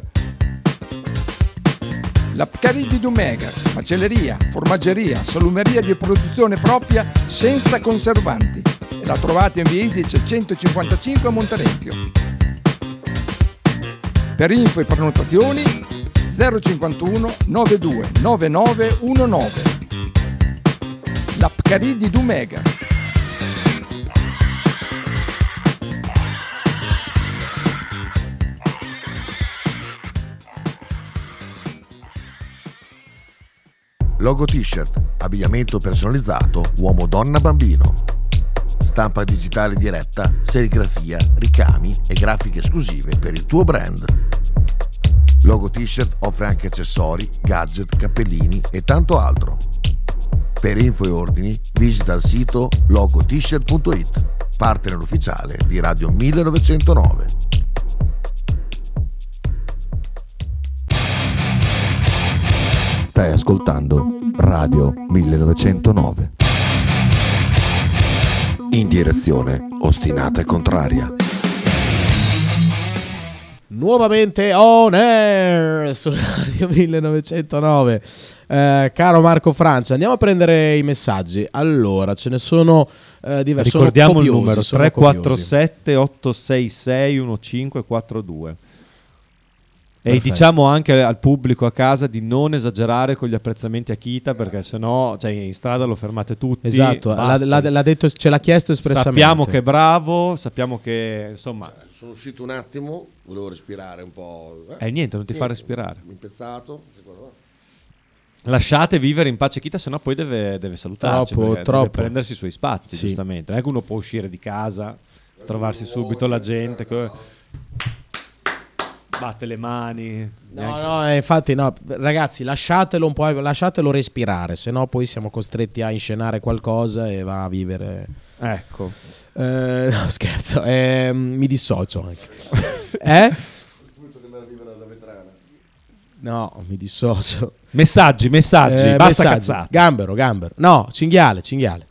Speaker 7: La Pcaridi di Dumegar, macelleria, formaggeria, salumeria di produzione propria senza conservanti. E la trovate in via Idice centocinquantacinque a Monterezio. Per info e prenotazioni zero cinquantuno novantadue novantanove diciannove. La Pcaridi di Dumegar.
Speaker 5: Logo t-shirt, abbigliamento personalizzato uomo, donna, bambino. Stampa digitale diretta, serigrafia, ricami e grafiche esclusive per il tuo brand. Logo t-shirt offre anche accessori, gadget, cappellini e tanto altro. Per info e ordini visita il sito logo t shirt punto it. partner ufficiale di Radio millenovecentonove. Stai ascoltando Radio millenovecentonove. In direzione ostinata e contraria.
Speaker 2: Nuovamente on air su Radio millenovecentonove. Eh, caro Marco Francia, andiamo a prendere i messaggi. Allora, ce ne sono eh, diversi.
Speaker 3: Ricordiamo
Speaker 2: sono
Speaker 3: il
Speaker 2: copiosi,
Speaker 3: numero
Speaker 2: sono
Speaker 3: tre quattro
Speaker 2: copiosi.
Speaker 3: sette otto sei sei uno cinque quattro due. E
Speaker 2: Perfetto.
Speaker 3: diciamo anche al pubblico a casa di non esagerare con gli apprezzamenti a Kita, perché sennò, cioè, in strada lo fermate tutti.
Speaker 2: Esatto, l'ha,
Speaker 3: basta.
Speaker 2: l'ha- l'ha detto, ce l'ha chiesto espressamente.
Speaker 3: Sappiamo che è bravo, sappiamo che insomma.
Speaker 5: Sono uscito un attimo, volevo respirare un po'.
Speaker 3: E eh, niente, non ti fa respirare.
Speaker 5: Impezzato. che quello là.
Speaker 3: Lasciate vivere in pace Kita, sennò poi deve, deve salutarci.
Speaker 2: Troppo,
Speaker 3: perché
Speaker 2: troppo.
Speaker 3: Deve prendersi i suoi spazi,
Speaker 2: Sì.
Speaker 3: giustamente. Non è che uno può uscire di casa, trovarsi subito la gente che batte le mani.
Speaker 2: No, no, eh, infatti no, ragazzi, lasciatelo un po', lasciatelo respirare, se no poi siamo costretti a inscenare qualcosa e va a vivere.
Speaker 3: Ecco.
Speaker 2: Eh, no, scherzo, eh, mi dissocio anche. Eh? No, mi dissocio.
Speaker 3: Messaggi, messaggi,
Speaker 2: Eh,
Speaker 3: basta
Speaker 2: messaggi.
Speaker 3: cazzate.
Speaker 2: Gambero, gambero. No, cinghiale, cinghiale.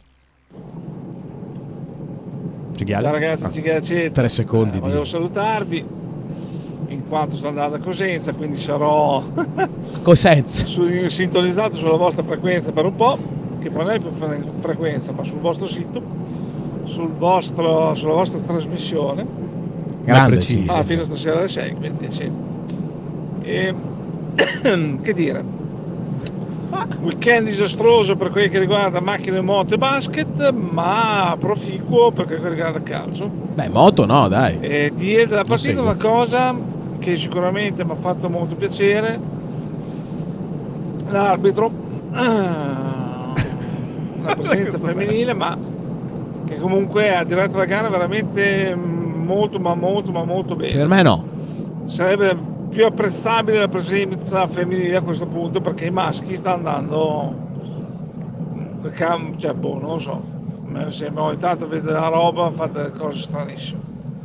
Speaker 3: Cinghiale?
Speaker 8: Ciao ragazzi, Cinghiale.
Speaker 2: Tre secondi
Speaker 8: Eh,
Speaker 2: di-
Speaker 8: volevo salutarvi in quanto sto andando a Cosenza, quindi sarò
Speaker 2: Cosenza.
Speaker 8: su- sintonizzato sulla vostra frequenza per un po', che poi non è più fre- frequenza, ma sul vostro sito, sul vostro, sulla vostra trasmissione.
Speaker 2: Grande,
Speaker 3: preciso.
Speaker 2: sì,
Speaker 8: Ah,
Speaker 2: sì.
Speaker 8: fino a stasera alle sei, quindi sì. E, che dire? Weekend disastroso per quello che riguarda macchine, moto e basket, ma proficuo per quello che riguarda il calcio.
Speaker 2: Beh, moto no, dai.
Speaker 8: E di ieri della partita
Speaker 2: seguo.
Speaker 8: una cosa che sicuramente mi ha fatto molto piacere, l'arbitro, ah, la presenza femminile, ma che comunque ha diretto la gara veramente molto ma molto ma molto bene.
Speaker 2: Per me no.
Speaker 8: Sarebbe più apprezzabile la presenza femminile a questo punto, perché i maschi stanno andando, cioè boh, non lo so, mi sembra ogni tanto vedere la roba, fate delle cose stranissime.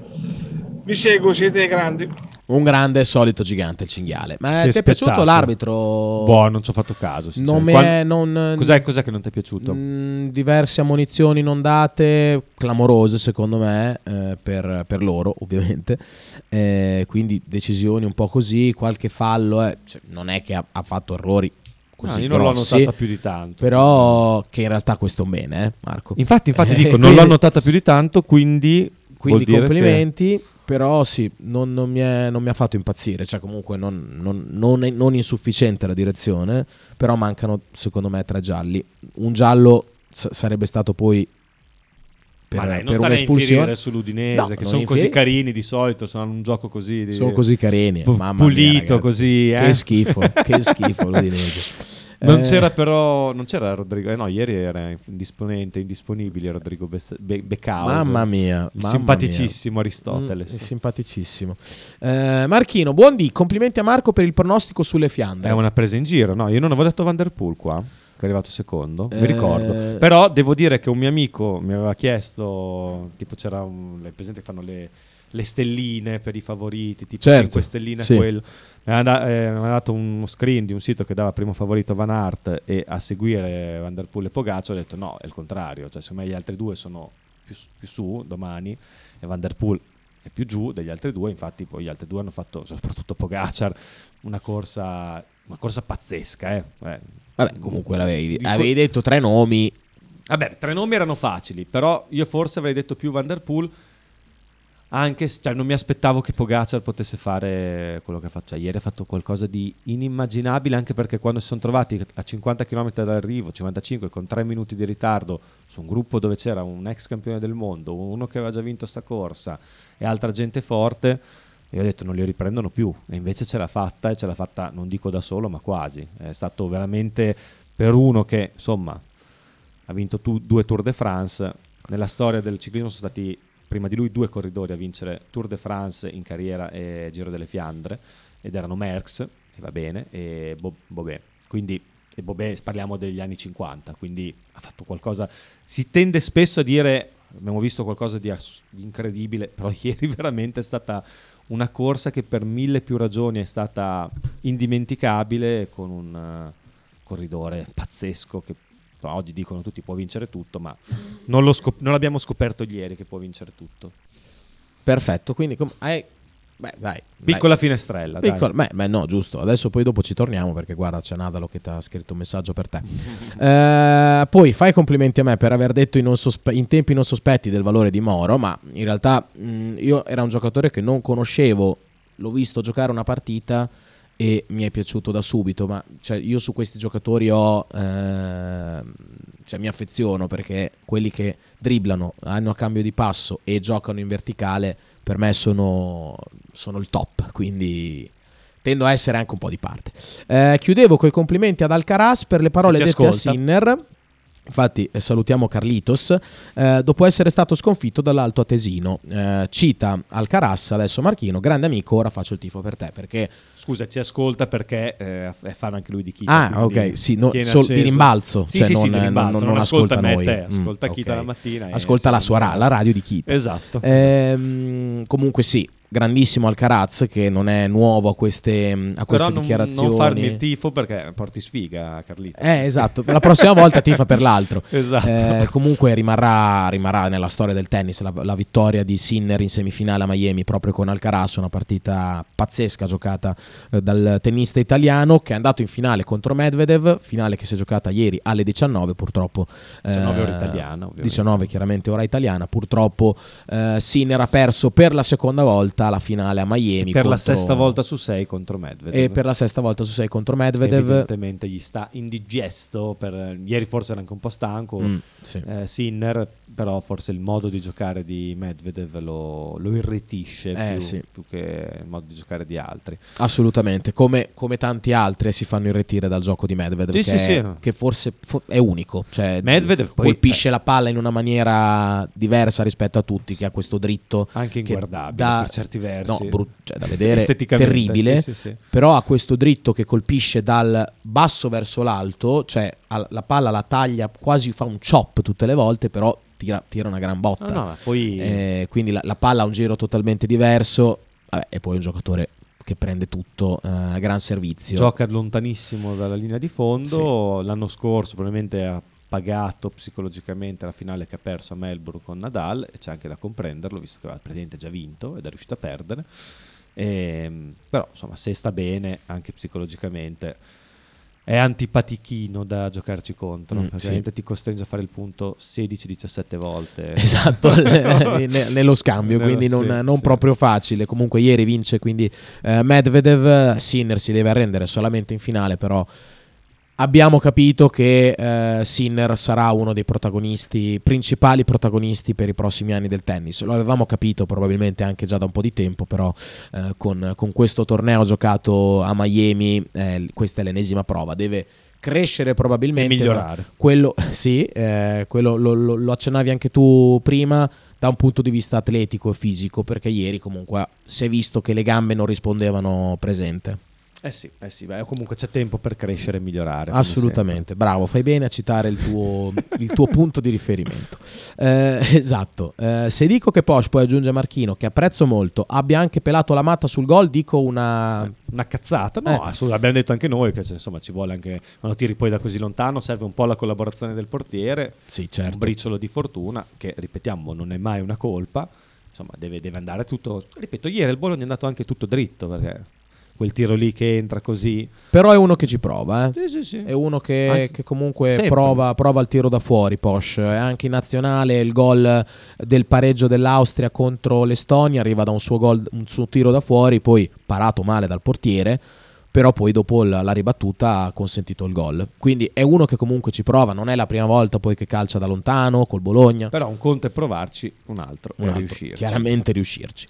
Speaker 8: Vi seguo, siete dei grandi.
Speaker 2: Un grande solito gigante il cinghiale. Ma
Speaker 3: Che
Speaker 2: ti è piaciuto
Speaker 3: spettacolo.
Speaker 2: l'arbitro?
Speaker 3: Boh, non ci ho fatto caso.
Speaker 2: Non mi
Speaker 3: sinceramente.
Speaker 2: è, non,
Speaker 3: Cos'è, cos'è che non ti è piaciuto?
Speaker 2: mh, diverse ammonizioni non date, clamorose secondo me, eh, per, per loro ovviamente. Eh, quindi decisioni un po' così, qualche fallo. eh, cioè, non è che ha, ha fatto errori così
Speaker 3: Ah, io non l'ho
Speaker 2: grossi,
Speaker 3: notata più di tanto.
Speaker 2: però che in realtà questo è un bene, eh, Marco.
Speaker 3: Infatti, infatti
Speaker 2: Eh,
Speaker 3: dico, non
Speaker 2: quindi-
Speaker 3: l'ho notata più di tanto, quindi...
Speaker 2: Quindi
Speaker 3: vuol dire
Speaker 2: complimenti, però sì, non, non mi è- non mi ha fatto impazzire, cioè comunque non, non- non è- non insufficiente la direzione, però mancano secondo me tre gialli. Un giallo s- sarebbe stato poi per,
Speaker 3: Ma dai, non
Speaker 2: per
Speaker 3: stare a
Speaker 2: un'espulsione.
Speaker 3: infierire sull'Udinese,
Speaker 2: No,
Speaker 3: che
Speaker 2: non
Speaker 3: sono così
Speaker 2: infieri-
Speaker 3: carini di solito, sono un gioco così... Di...
Speaker 2: Sono così carini,
Speaker 3: pu-
Speaker 2: mamma mia,
Speaker 3: pulito,
Speaker 2: ragazzi.
Speaker 3: così, eh?
Speaker 2: Che schifo, che schifo l'Udinese.
Speaker 3: Non
Speaker 2: Eh,
Speaker 3: c'era però, non c'era Rodrigo, eh no, ieri era indisponente, indisponibile Rodrigo Be- Be- Becao.
Speaker 2: Mamma mia,
Speaker 3: Il
Speaker 2: mamma
Speaker 3: simpaticissimo
Speaker 2: mia.
Speaker 3: Aristoteles.
Speaker 2: Mm, simpaticissimo. Eh, Marchino, buon dì, complimenti a Marco per il pronostico sulle Fiandre.
Speaker 3: È una presa in giro, no? Io non avevo detto Van der Poel qua, che è arrivato secondo, mi
Speaker 2: Eh,
Speaker 3: ricordo. Però devo dire che un mio amico mi aveva chiesto, tipo c'era un, le presenti che fanno le, le stelline per i favoriti, tipo
Speaker 2: Certo,
Speaker 3: cinque stelline
Speaker 2: sì.
Speaker 3: quello. Mi ha da- eh, mi ha dato uno screen di un sito che dava primo favorito Van Aert e a seguire Van der Poel e Pogacar. Ho detto no, è il contrario, cioè secondo me gli altri due sono più, più su domani e Van der Poel è più giù degli altri due. Infatti poi gli altri due hanno fatto, soprattutto Pogacar, una corsa, una corsa pazzesca, eh. Eh,
Speaker 2: Vabbè, comunque l'avevi,
Speaker 3: Dico-
Speaker 2: avevi detto tre nomi.
Speaker 3: Vabbè, tre nomi erano facili, però io forse avrei detto più Van der Poel, anche se cioè, non mi aspettavo che Pogacar potesse fare quello che ha fatto. Cioè, ieri ha fatto qualcosa di inimmaginabile, anche perché quando si sono trovati a cinquanta chilometri dall'arrivo, cinquantacinque, con tre minuti di ritardo, su un gruppo dove c'era un ex campione del mondo, uno che aveva già vinto sta corsa e altra gente forte, e ho detto non li riprendono più, e invece ce l'ha fatta, e ce l'ha fatta non dico da solo ma quasi. È stato veramente, per uno che insomma ha vinto tu, due Tour de France, nella storia del ciclismo sono stati prima di lui due corridori a vincere Tour de France in carriera e Giro delle Fiandre, ed erano Merckx, e va bene, e Bo- Bobet, quindi e Bobet parliamo degli anni cinquanta, quindi ha fatto qualcosa. Si tende spesso a dire abbiamo visto qualcosa di, ass- di incredibile, però ieri veramente è stata una corsa che per mille più ragioni è stata indimenticabile, con un uh, corridore pazzesco che oggi dicono tutti può vincere tutto, ma non, lo scop- non l'abbiamo scoperto ieri che può vincere tutto.
Speaker 2: Perfetto, quindi com- hai... Beh, dai,
Speaker 3: Piccola
Speaker 2: dai.
Speaker 3: finestrella,
Speaker 2: Piccola,
Speaker 3: dai.
Speaker 2: Beh, beh, no, giusto. Adesso poi dopo ci torniamo perché guarda, c'è Nadalo che ti ha scritto un messaggio per te. eh, poi fai complimenti a me per aver detto in, non sospe- in tempi non sospetti del valore di Moro, ma in realtà mh, io era un giocatore che non conoscevo, l'ho visto giocare una partita e mi è piaciuto da subito, ma cioè, io su questi giocatori ho eh, cioè, mi affeziono, perché quelli che dribblano, hanno cambio di passo e giocano in verticale per me sono, sono il top, quindi tendo a essere anche un po' di parte. Eh, chiudevo coi complimenti ad Alcaraz per le parole dette
Speaker 3: ascolta.
Speaker 2: a Sinner. Infatti eh, salutiamo Carlitos, eh, dopo essere stato sconfitto dall'Alto Atesino. Eh, cita Alcaraz, adesso Marchino, grande amico, ora faccio il tifo per te, perché...
Speaker 3: Scusa, ci ascolta perché eh, è fan anche lui di Kita.
Speaker 2: Ah, ok, sì, no, sol- di rimbalzo,
Speaker 3: sì,
Speaker 2: cioè
Speaker 3: sì,
Speaker 2: non,
Speaker 3: sì, di rimbalzo,
Speaker 2: non,
Speaker 3: non,
Speaker 2: non
Speaker 3: ascolta,
Speaker 2: ascolta
Speaker 3: me
Speaker 2: noi.
Speaker 3: e te, ascolta
Speaker 2: Mm,
Speaker 3: Kita
Speaker 2: ok.
Speaker 3: la mattina. e
Speaker 2: Ascolta la, sua ra- la radio di Kita.
Speaker 3: Esatto.
Speaker 2: Ehm, comunque sì, grandissimo Alcaraz, che non è nuovo a queste, a queste
Speaker 3: Però non,
Speaker 2: dichiarazioni.
Speaker 3: non farmi il tifo perché porti sfiga, Carlito.
Speaker 2: Eh, esatto, la prossima volta tifa per l'altro.
Speaker 3: Esatto.
Speaker 2: Eh, comunque rimarrà, rimarrà nella storia del tennis la, la vittoria di Sinner in semifinale a Miami proprio con Alcaraz, una partita pazzesca giocata eh, dal tennista italiano, che è andato in finale contro Medvedev, finale che si è giocata ieri alle diciannove, purtroppo eh,
Speaker 3: diciannove ora italiana, ovviamente.
Speaker 2: diciannove chiaramente ora italiana, purtroppo eh, Sinner ha perso per la seconda volta la finale a Miami
Speaker 3: per
Speaker 2: contro...
Speaker 3: la sesta volta su sei contro Medvedev.
Speaker 2: e per la sesta volta su sei contro Medvedev.
Speaker 3: Evidentemente gli sta indigesto per... ieri forse era anche un po' stanco
Speaker 2: Mm, sì.
Speaker 3: eh, Sinner, però forse il modo di giocare di Medvedev lo, lo irretisce
Speaker 2: Eh,
Speaker 3: più,
Speaker 2: sì.
Speaker 3: più che il modo di giocare di altri.
Speaker 2: Assolutamente, come, come tanti altri si fanno irretire dal gioco di Medvedev,
Speaker 3: Sì,
Speaker 2: che,
Speaker 3: sì,
Speaker 2: è,
Speaker 3: sì.
Speaker 2: che forse fo- è unico, cioè
Speaker 3: Medvedev poi,
Speaker 2: colpisce
Speaker 3: cioè,
Speaker 2: la palla in una maniera diversa rispetto a tutti, che ha questo dritto
Speaker 3: anche
Speaker 2: che
Speaker 3: inguardabile
Speaker 2: da-
Speaker 3: per certi versi,
Speaker 2: no, brut- cioè, da vedere
Speaker 3: esteticamente,
Speaker 2: terribile,
Speaker 3: sì, sì, sì.
Speaker 2: però ha questo dritto che colpisce dal basso verso l'alto, cioè ha- la palla la taglia, quasi fa un chop tutte le volte, però tira, tira una gran botta.
Speaker 3: No, no, ma poi
Speaker 2: Eh, quindi la, la palla ha un giro totalmente diverso. Vabbè, e poi è un giocatore che prende tutto eh, a gran servizio.
Speaker 3: gioca lontanissimo dalla linea di fondo. L'anno scorso probabilmente ha pagato psicologicamente la finale che ha perso a Melbourne con Nadal, e c'è anche da comprenderlo visto che aveva praticamente già vinto ed è riuscito a perdere. Ehm, però insomma, se sta bene anche psicologicamente è antipatichino da giocarci contro,
Speaker 2: Mm,
Speaker 3: perché
Speaker 2: sì.
Speaker 3: veramente ti costringe a fare il punto sedici diciassette volte.
Speaker 2: Esatto, ne- ne- nello scambio,
Speaker 3: Nello-
Speaker 2: quindi non,
Speaker 3: sì,
Speaker 2: non
Speaker 3: sì.
Speaker 2: proprio facile. Comunque ieri vince quindi eh, Medvedev. Sinner si deve arrendere solamente in finale, però abbiamo capito che eh, Sinner sarà uno dei protagonisti, principali protagonisti per i prossimi anni del tennis. Lo avevamo capito probabilmente anche già da un po' di tempo, però eh, con, con questo torneo giocato a Miami eh, questa è l'ennesima prova. Deve crescere probabilmente,
Speaker 3: E migliorare.
Speaker 2: ma quello sì, eh, quello lo, lo, lo accennavi anche tu prima, da un punto di vista atletico e fisico, perché ieri comunque si è visto che le gambe non rispondevano presente.
Speaker 3: Eh sì, eh sì, beh, comunque c'è tempo per crescere e migliorare. come
Speaker 2: Assolutamente, bravo, fai bene a citare il tuo, il tuo punto di riferimento. Eh, esatto, eh, se dico che Posh, poi aggiunge Marchino, che apprezzo molto, abbia anche pelato la matta sul gol, dico una...
Speaker 3: sempre. Una cazzata, no,
Speaker 2: Eh.
Speaker 3: assolutamente, abbiamo detto anche noi che cioè, insomma ci vuole anche, quando tiri poi da così lontano serve un po' la collaborazione del portiere,
Speaker 2: Sì,
Speaker 3: un
Speaker 2: certo.
Speaker 3: briciolo di fortuna che ripetiamo non è mai una colpa, insomma deve, deve andare tutto, ripeto, ieri il Bologna è andato anche tutto dritto, perché quel tiro lì che entra così,
Speaker 2: Però è uno che ci prova, eh.
Speaker 3: sì, sì, sì.
Speaker 2: È uno che,
Speaker 3: Anche-
Speaker 2: che comunque
Speaker 3: sempre.
Speaker 2: prova, prova il tiro da fuori. Posh, e anche in nazionale il gol del pareggio dell'Austria contro l'Estonia arriva da un suo, gol, un suo tiro da fuori, poi parato male dal portiere, però poi dopo la, la ribattuta ha consentito il gol. Quindi è uno che comunque ci prova, non è la prima volta poi che calcia da lontano col Bologna.
Speaker 3: Però un conto è provarci, un altro
Speaker 2: Un
Speaker 3: è
Speaker 2: altro,
Speaker 3: riuscirci.
Speaker 2: chiaramente riuscirci.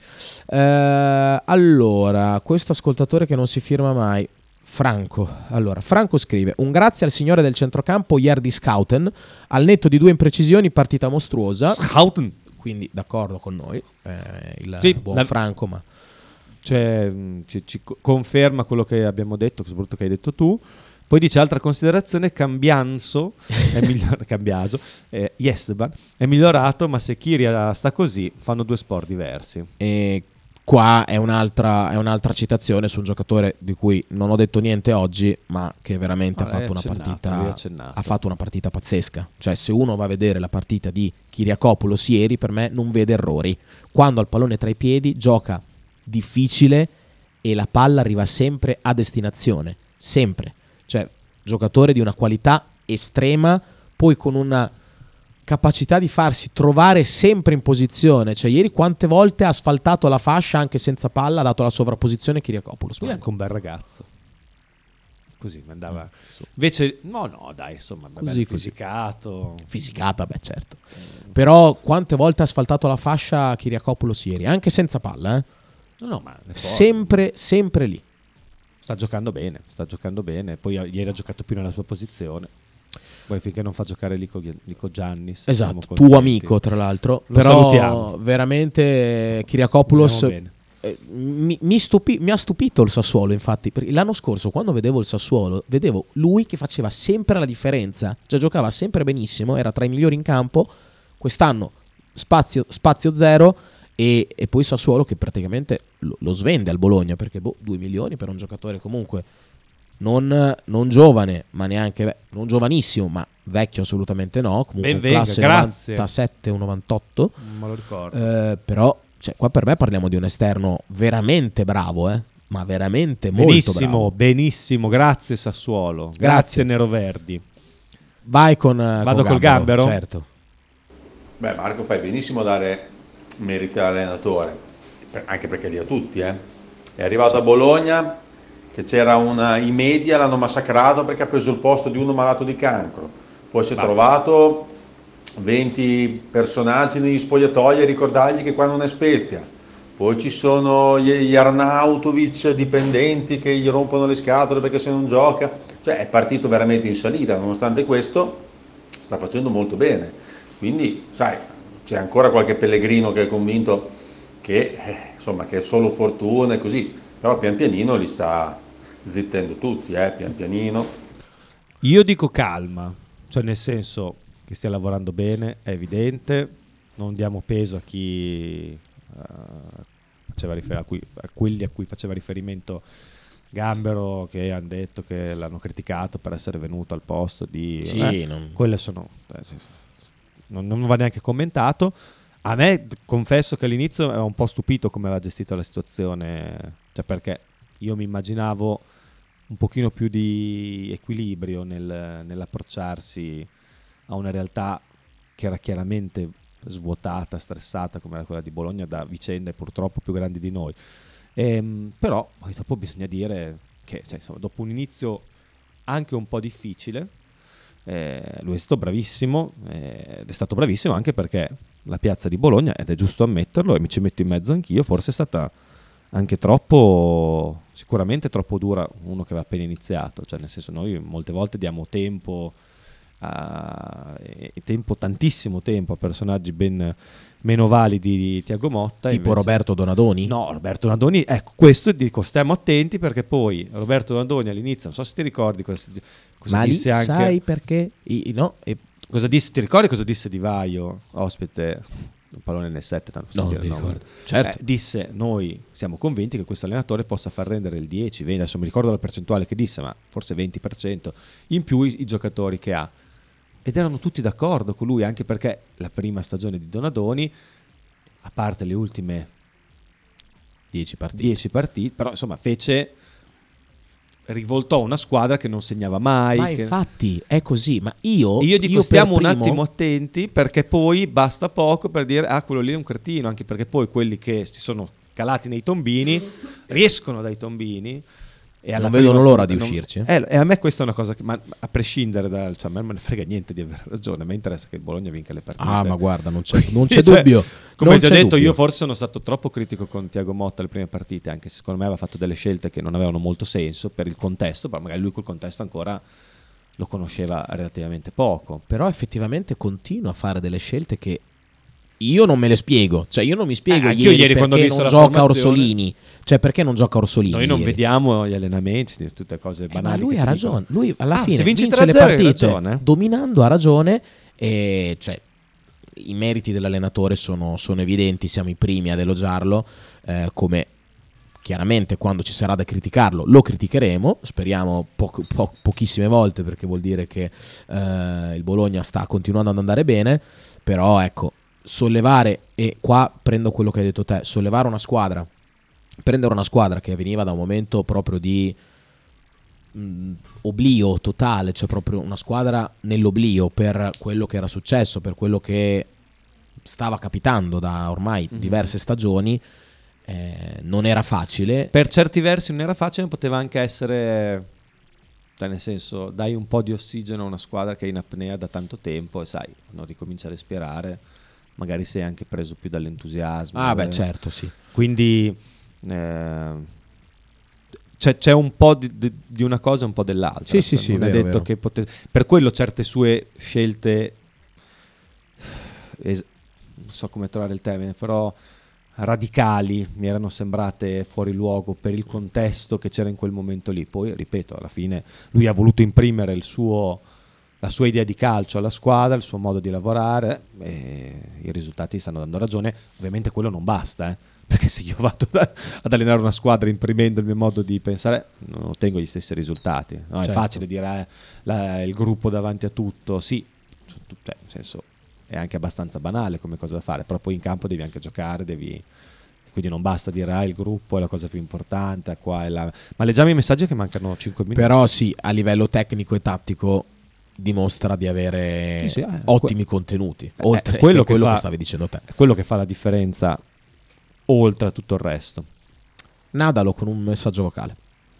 Speaker 2: Eh, allora, questo ascoltatore che non si firma mai, Franco. Allora, Franco scrive: un grazie al signore del centrocampo Jerdy Scouten, al netto di due imprecisioni, partita mostruosa.
Speaker 3: Scouten.
Speaker 2: Quindi d'accordo con noi, eh, il
Speaker 3: Sì,
Speaker 2: buon
Speaker 3: la-
Speaker 2: Franco, ma
Speaker 3: Cioè, mh, ci, ci co- conferma quello che abbiamo detto, soprattutto che hai detto tu, Poi dice altra considerazione, Cambianso è miglior- Cambiaso, eh, Esteban è migliorato, ma se Chiria sta così fanno due sport diversi.
Speaker 2: E qua è un'altra, è un'altra citazione su un giocatore di cui non ho detto niente oggi, ma che veramente
Speaker 3: Ah,
Speaker 2: ha fatto una
Speaker 3: accennato,
Speaker 2: partita
Speaker 3: l'hai accennato.
Speaker 2: ha fatto una partita pazzesca. Cioè, se uno va a vedere la partita di Kyriakopoulos ieri, per me non vede errori. Quando ha il pallone tra i piedi gioca difficile e la palla arriva sempre a destinazione, sempre. Cioè, giocatore di una qualità estrema, poi con una capacità di farsi trovare sempre in posizione. Cioè, ieri quante volte ha asfaltato la fascia anche senza palla, ha dato la sovrapposizione Kyriakopoulos.
Speaker 3: Lui è anche un bel ragazzo. Così andava. Invece, no, no, dai, insomma,
Speaker 2: Così,
Speaker 3: così,
Speaker 2: così.
Speaker 3: fisicato.
Speaker 2: Fisicata, beh, certo. Però quante volte ha asfaltato la fascia Kyriakopoulos ieri, anche senza palla, eh?
Speaker 3: No, no, ma è forte.
Speaker 2: Sempre, sempre lì.
Speaker 3: Sta giocando bene, sta giocando bene. Poi ieri ha giocato più nella sua posizione. Poi finché non fa giocare Lico, Lico Giannis.
Speaker 2: Esatto,
Speaker 3: siamo
Speaker 2: tuo
Speaker 3: contenti.
Speaker 2: amico tra l'altro.
Speaker 3: Lo
Speaker 2: Però
Speaker 3: salutiamo.
Speaker 2: veramente Kyriakopoulos
Speaker 3: Andiamo bene.
Speaker 2: eh, mi, mi, stupi- mi ha stupito il Sassuolo, infatti, perché l'anno scorso quando vedevo il Sassuolo vedevo lui che faceva sempre la differenza, cioè giocava sempre benissimo, era tra i migliori in campo. Quest'anno spazio, spazio zero e, e poi Sassuolo che praticamente lo, lo svende al Bologna, perché boh, due milioni per un giocatore comunque non, non giovane, ma neanche beh, non giovanissimo, ma vecchio assolutamente no, comunque
Speaker 3: Ben venga,
Speaker 2: classe
Speaker 3: grazie.
Speaker 2: novantasette o novantotto.
Speaker 3: Non me lo ricordo.
Speaker 2: Eh, però cioè, qua per me parliamo di un esterno veramente bravo, eh? Ma veramente molto
Speaker 3: benissimo,
Speaker 2: bravo.
Speaker 3: benissimo, grazie Sassuolo. Grazie,
Speaker 2: Grazie.
Speaker 3: Neroverdi.
Speaker 2: Vai con eh,
Speaker 3: Vado
Speaker 2: con
Speaker 3: col Gambero?
Speaker 2: Certo.
Speaker 4: Beh, Marco, fai benissimo a dare meriti all'allenatore, per- anche perché li ha tutti, eh. È arrivato a Bologna che c'era una, i media l'hanno massacrato perché ha preso il posto di uno malato di cancro, poi si è
Speaker 3: Va.
Speaker 4: trovato venti personaggi negli spogliatoi a ricordargli che qua non è Spezia, poi ci sono gli, gli Arnautovic dipendenti che gli rompono le scatole perché se non gioca, cioè è partito veramente in salita, nonostante questo sta facendo molto bene, quindi sai, c'è ancora qualche pellegrino che è convinto che, eh, insomma, che è solo fortuna e così, però pian pianino li sta zittendo tutti, eh, pian pianino.
Speaker 3: Io dico calma, cioè nel senso che stia lavorando bene, è evidente, non diamo peso a chi eh, faceva rifer- a, cui, a quelli a cui faceva riferimento Gambero, che hanno detto che l'hanno criticato per essere venuto al posto di
Speaker 2: Sì,
Speaker 3: eh,
Speaker 2: non-
Speaker 3: quelle sono eh, sì, sì. Non, non va neanche commentato. A me d- confesso che all'inizio ero un po' stupito come aveva gestito la situazione, cioè perché io mi immaginavo un pochino più di equilibrio nel, nell'approcciarsi a una realtà che era chiaramente svuotata, stressata come era quella di Bologna da vicende purtroppo più grandi di noi. Ehm, però poi dopo bisogna dire che cioè, insomma, dopo un inizio anche un po' difficile, eh, lui è stato bravissimo, eh, ed è stato bravissimo anche perché la piazza di Bologna, ed è giusto ammetterlo e mi ci metto in mezzo anch'io, forse è stata anche troppo, sicuramente troppo dura, uno che aveva appena iniziato, cioè nel senso noi molte volte diamo tempo a, e tempo, tantissimo tempo a personaggi ben meno validi di Thiago Motta,
Speaker 2: Tipo
Speaker 3: invece-
Speaker 2: Roberto Donadoni?
Speaker 3: No, Roberto Donadoni, ecco, questo dico, stiamo attenti perché poi Roberto Donadoni all'inizio, non so se ti ricordi cosa, cosa
Speaker 2: Ma lì
Speaker 3: disse anche,
Speaker 2: sai perché? I- no, e-
Speaker 3: cosa disse, ti ricordi cosa disse Di Vaio, ospite, un pallone nel sette, tanto
Speaker 2: No,
Speaker 3: so dire
Speaker 2: mi
Speaker 3: il nome.
Speaker 2: ricordo. Certo.
Speaker 3: Eh, disse, noi siamo convinti che questo allenatore possa far rendere il dieci, venti, adesso mi ricordo la percentuale che disse, ma forse venti per cento in più i, i giocatori che ha. Ed erano tutti d'accordo con lui, anche perché la prima stagione di Donadoni, a parte le ultime
Speaker 2: dieci partite.
Speaker 3: dieci partite, però insomma fece, rivoltò una squadra che non segnava mai.
Speaker 2: Ma
Speaker 3: che-
Speaker 2: infatti è così, ma io
Speaker 3: io dico
Speaker 2: io per
Speaker 3: stiamo un
Speaker 2: primo-
Speaker 3: attimo attenti perché poi basta poco per dire ah quello lì è un cretino, anche perché poi quelli che si sono calati nei tombini riescono dai tombini e alla
Speaker 2: Non vedono
Speaker 3: prima-
Speaker 2: l'ora di
Speaker 3: non-
Speaker 2: uscirci.
Speaker 3: eh, e a me questa è una cosa che, ma a prescindere dal, cioè a me non me ne frega niente di aver ragione, a me interessa che il Bologna vinca le partite.
Speaker 2: Ah, ma guarda, non c'è, non c'è
Speaker 3: Cioè,
Speaker 2: dubbio.
Speaker 3: come
Speaker 2: non
Speaker 3: ti ho
Speaker 2: c'è
Speaker 3: detto,
Speaker 2: dubbio.
Speaker 3: io forse sono stato troppo critico con Thiago Motta le prime partite, anche se secondo me aveva fatto delle scelte che non avevano molto senso per il contesto, però magari lui quel contesto ancora lo conosceva relativamente poco.
Speaker 2: Però effettivamente continua a fare delle scelte che io non me le spiego, cioè io non mi spiego
Speaker 3: Eh,
Speaker 2: ieri,
Speaker 3: anch'io ieri
Speaker 2: perché
Speaker 3: quando ho visto
Speaker 2: non
Speaker 3: la
Speaker 2: gioca
Speaker 3: formazione-
Speaker 2: Orsolini, cioè perché non gioca Orsolini
Speaker 3: Noi non
Speaker 2: ieri?
Speaker 3: vediamo gli allenamenti, tutte cose
Speaker 2: Eh,
Speaker 3: banali.
Speaker 2: ma lui
Speaker 3: che
Speaker 2: ha
Speaker 3: si
Speaker 2: ragione,
Speaker 3: dicono.
Speaker 2: lui alla
Speaker 3: Ah,
Speaker 2: fine
Speaker 3: se vinci
Speaker 2: vince
Speaker 3: tre a
Speaker 2: le
Speaker 3: zero hai
Speaker 2: partite
Speaker 3: ragione.
Speaker 2: dominando, ha ragione, e cioè i meriti dell'allenatore sono, sono evidenti, siamo i primi ad elogiarlo, eh, come chiaramente quando ci sarà da criticarlo lo criticheremo, speriamo poco- po- pochissime volte, perché vuol dire che eh, il Bologna sta continuando ad andare bene, però ecco, sollevare, e qua prendo quello che hai detto te, sollevare una squadra, prendere una squadra che veniva da un momento proprio di mh, oblio totale, cioè proprio una squadra nell'oblio per quello che era successo, per quello che stava capitando da ormai
Speaker 3: Mhm.
Speaker 2: diverse stagioni, eh, non era facile.
Speaker 3: Per certi versi non era facile, poteva anche essere, cioè nel senso, dai un po' di ossigeno a una squadra che è in apnea da tanto tempo e sai, non ricomincia a respirare, magari sei anche preso più dall'entusiasmo.
Speaker 2: Ah beh,
Speaker 3: eh.
Speaker 2: certo, sì.
Speaker 3: Quindi eh, c'è, c'è un po' di, di- di una cosa e un po' dell'altra.
Speaker 2: Sì, sì,
Speaker 3: Cioè,
Speaker 2: sì,
Speaker 3: non è
Speaker 2: vero,
Speaker 3: detto
Speaker 2: vero.
Speaker 3: che pote- per quello certe sue scelte, es- non so come trovare il termine, però radicali mi erano sembrate fuori luogo per il contesto che c'era in quel momento lì. Poi, ripeto, alla fine lui ha voluto imprimere il suo, la sua idea di calcio alla squadra, il suo modo di lavorare, e i risultati stanno dando ragione. Ovviamente quello non basta, eh, perché se io vado da- ad allenare una squadra imprimendo il mio modo di pensare, non ottengo gli stessi risultati. No,
Speaker 2: Certo.
Speaker 3: È facile dire eh, la- il gruppo davanti a tutto, sì, cioè, nel senso, è anche abbastanza banale come cosa da fare, però poi in campo devi anche giocare, devi, quindi non basta dire ah, il gruppo è la cosa più importante, qua è la... ma leggiamo i messaggi che mancano cinque minuti.
Speaker 2: Però sì, a livello tecnico e tattico dimostra di avere
Speaker 3: Sì, sì, eh,
Speaker 2: ottimi
Speaker 3: que-
Speaker 2: contenuti,
Speaker 3: Eh,
Speaker 2: oltre
Speaker 3: è quello
Speaker 2: che quello
Speaker 3: che
Speaker 2: che,
Speaker 3: fa-
Speaker 2: stavi dicendo te.
Speaker 3: è quello che fa la differenza oltre a tutto il resto.
Speaker 2: Nadalo con un messaggio vocale.